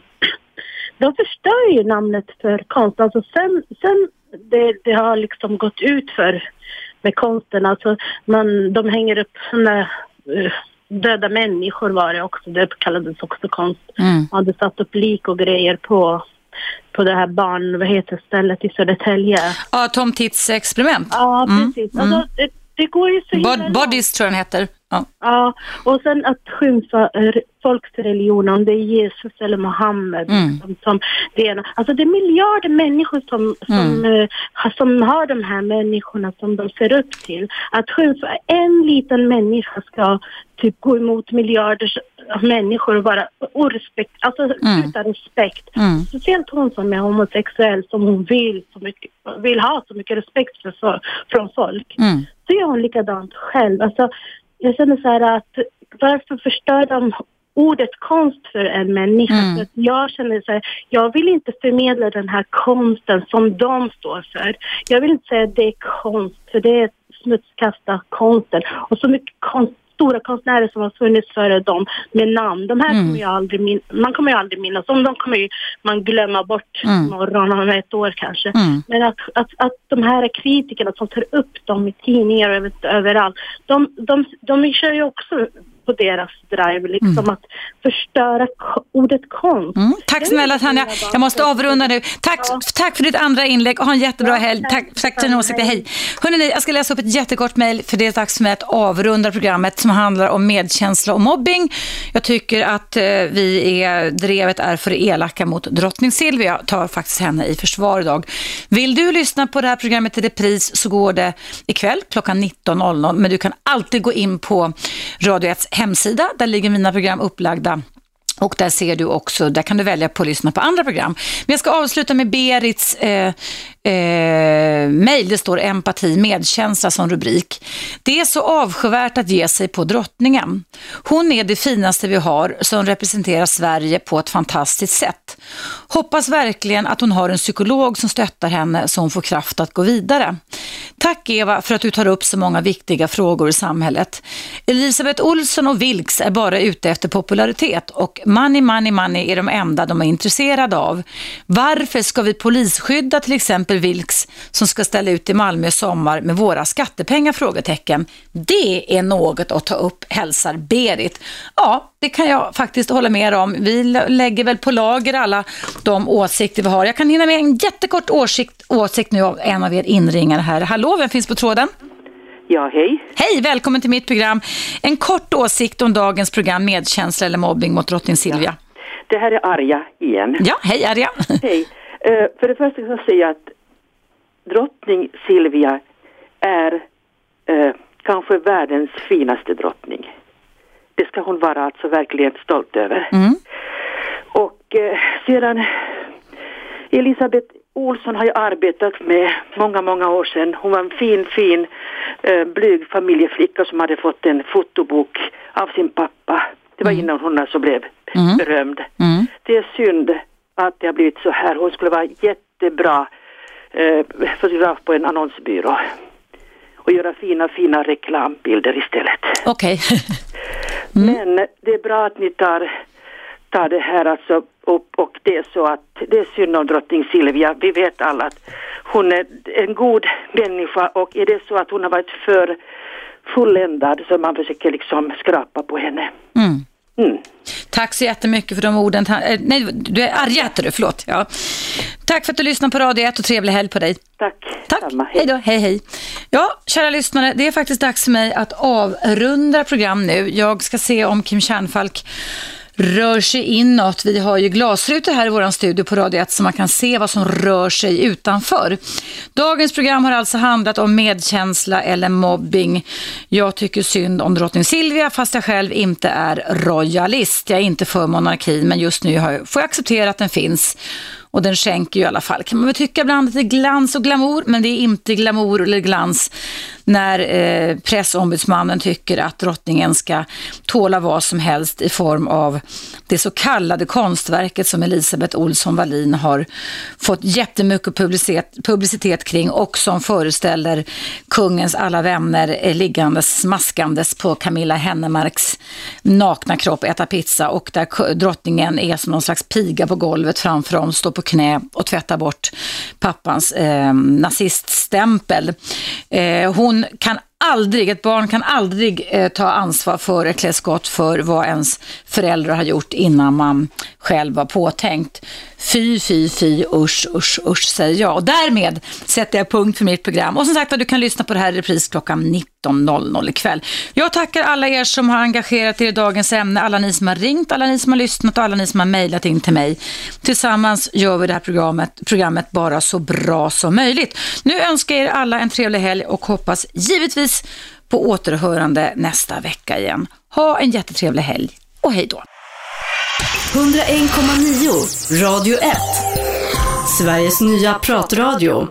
[SPEAKER 19] de förstör ju namnet för konst. Alltså sen, sen det, det har liksom gått ut för med konsten. Alltså man, de hänger upp såna uh, döda människor var det också. Det kallades också konst. Mm. Man hade satt upp lik och grejer på på det här barn, vad heter stället i Södertälje?
[SPEAKER 2] Ja, Tom Tits experiment.
[SPEAKER 19] Ja,
[SPEAKER 2] mm.
[SPEAKER 19] precis. Alltså, mm. det, det går ju så himla
[SPEAKER 2] Bod- Bodies tror jag den heter. Ja.
[SPEAKER 19] Ja, och sen att skymfa r- folks religion, om det är Jesus eller Mohammed.
[SPEAKER 2] Mm.
[SPEAKER 19] Som, som det är, alltså det är miljarder människor som, som, mm. uh, som har de här människorna som de ser upp till. Att skymfa en liten människa ska typ gå emot miljarder människor och vara orespekt, alltså mm. utan respekt. Mm. Speciellt hon som är homosexuell, som hon vill, så mycket, vill ha så mycket respekt för, för, från folk. Mm. Så gör hon likadant själv. Alltså, jag känner så här att varför förstör de ordet konst för en människa? Mm. För att jag känner så här, jag vill inte förmedla den här konsten som de står för. Jag vill inte säga att det är konst, för det är smutskasta konsten. Och så mycket konst, stora konstnärer som har funnits före dem med namn. De här mm. kommer jag aldrig min- man kommer ju aldrig minnas. Om de kommer ju man glömma bort mm. morgon om ett år kanske. Mm. Men att, att, att de här kritikerna som tar upp dem i tidningar och över, överallt, de, de, de, de kör ju också på deras drive liksom mm. att förstöra ko- ordet konst.
[SPEAKER 2] Mm. Tack snälla Tanja, jag måste avrunda nu. Tack, ja. tack för ditt andra inlägg och ha en jättebra ja, helg. Tack, tack för din åsikt. Hej. Hörrni, jag ska läsa upp ett jättekort mejl för det är dags för mig att avrunda programmet som handlar om medkänsla och mobbing. Jag tycker att eh, vi är, drevet är för elaka mot drottning Silvia. Jag tar faktiskt henne i försvar idag. Vill du lyssna på det här programmet i repris så går det ikväll klockan nitton noll noll, men du kan alltid gå in på Radio ett hemsida, där ligger mina program upplagda och där ser du också, där kan du välja på att lyssna på andra program. Men jag ska avsluta med Berits eh, eh, mejl, det står empati, medkänsla som rubrik. Det är så avskyvärt att ge sig på drottningen. Hon är det finaste vi har som representerar Sverige på ett fantastiskt sätt. Hoppas verkligen att hon har en psykolog som stöttar henne så hon får kraft att gå vidare. Tack Eva för att du tar upp så många viktiga frågor i samhället. Elisabeth Olsson och Vilks är bara ute efter popularitet och money, money, money är de enda de är intresserade av. Varför ska vi polisskydda till exempel Vilks som ska ställa ut i Malmö i sommar med våra skattepengar? Frågetecken. Det är något att ta upp, hälsar Berit. Ja, det kan jag faktiskt hålla med om. Vi lägger väl på lager alla de åsikter vi har. Jag kan hinna med en jättekort åsikt, åsikt nu av en av er inringare här. Hallå, vem finns på tråden?
[SPEAKER 20] Ja, hej.
[SPEAKER 2] Hej, välkommen till mitt program. En kort åsikt om dagens program Medkänsla eller mobbing mot drottning Silvia.
[SPEAKER 20] Ja. Det här är Arja igen.
[SPEAKER 2] Ja, hej Arja.
[SPEAKER 20] Hej. Uh, för det första kan jag säga att drottning Silvia är uh, kanske världens finaste drottning. Det ska hon vara alltså verkligen stolt över. Mm. Och uh, sedan Elisabeth Olsson har jag arbetat med många, många år sedan. Hon var en fin, fin eh, blyg familjeflicka som hade fått en fotobok av sin pappa. Det var mm. innan hon alltså blev mm. berömd. Mm. Det är synd att det har blivit så här. Hon skulle vara jättebra eh, fotograf på en annonsbyrå och göra fina, fina reklambilder istället.
[SPEAKER 2] Okej. Okay.
[SPEAKER 20] mm. Men det är bra att ni tar... ta det här alltså upp, och det är så att det är synd om drottning Silvia. Vi vet alla att hon är en god människa och är det så att hon har varit för fulländad så man försöker liksom skrapa på henne.
[SPEAKER 2] Mm.
[SPEAKER 20] Mm.
[SPEAKER 2] Tack så jättemycket för de orden. Nej, du är Arja heter du, förlåt. Ja. Tack för att du lyssnar på Radio ett och trevlig helg på dig.
[SPEAKER 20] Tack.
[SPEAKER 2] Tack. Samma, hej. Hej då, hej hej. Ja, kära lyssnare, det är faktiskt dags för mig att avrunda program nu. Jag ska se om Kim Kärnfalk rör sig inåt. Vi har ju glasrutor här i våran studio på Radio ett så man kan se vad som rör sig utanför. Dagens program har alltså handlat om medkänsla eller mobbing. Jag tycker synd om drottning Silvia fast jag själv inte är royalist. Jag är inte för monarkin men just nu har jag, får jag acceptera att den finns. Och den skänker ju i alla fall, kan man väl tycka ibland, lite glans och glamour, men det är inte glamour eller glans när eh, pressombudsmannen tycker att drottningen ska tåla vad som helst i form av det så kallade konstverket som Elisabeth Olsson Wallin har fått jättemycket publicitet, publicitet kring och som föreställer kungens alla vänner eh, liggandes, smaskandes på Camilla Hennemarks nakna kropp, äta pizza, och där drottningen är som någon slags piga på golvet framför dem, står på knä och tvättar bort pappans eh, naziststämpel. Eh, hon kan aldrig, ett barn kan aldrig eh, ta ansvar för ett klä skott för vad ens föräldrar har gjort innan man själv var påtänkt. Fy, fy, fy, usch, usch, usch, säger jag. Och därmed sätter jag punkt för mitt program. Och som sagt, du kan lyssna på det här i repris klockan nitton noll noll ikväll. Jag tackar alla er som har engagerat er i dagens ämne, alla ni som har ringt, alla ni som har lyssnat och alla ni som har mejlat in till mig. Tillsammans gör vi det här programmet, programmet bara så bra som möjligt. Nu önskar jag er alla en trevlig helg och hoppas givetvis på återhörande nästa vecka igen. Ha en jättetrevlig helg och hej då.
[SPEAKER 17] hundra en komma nio Radio ett, Sveriges nya pratradio.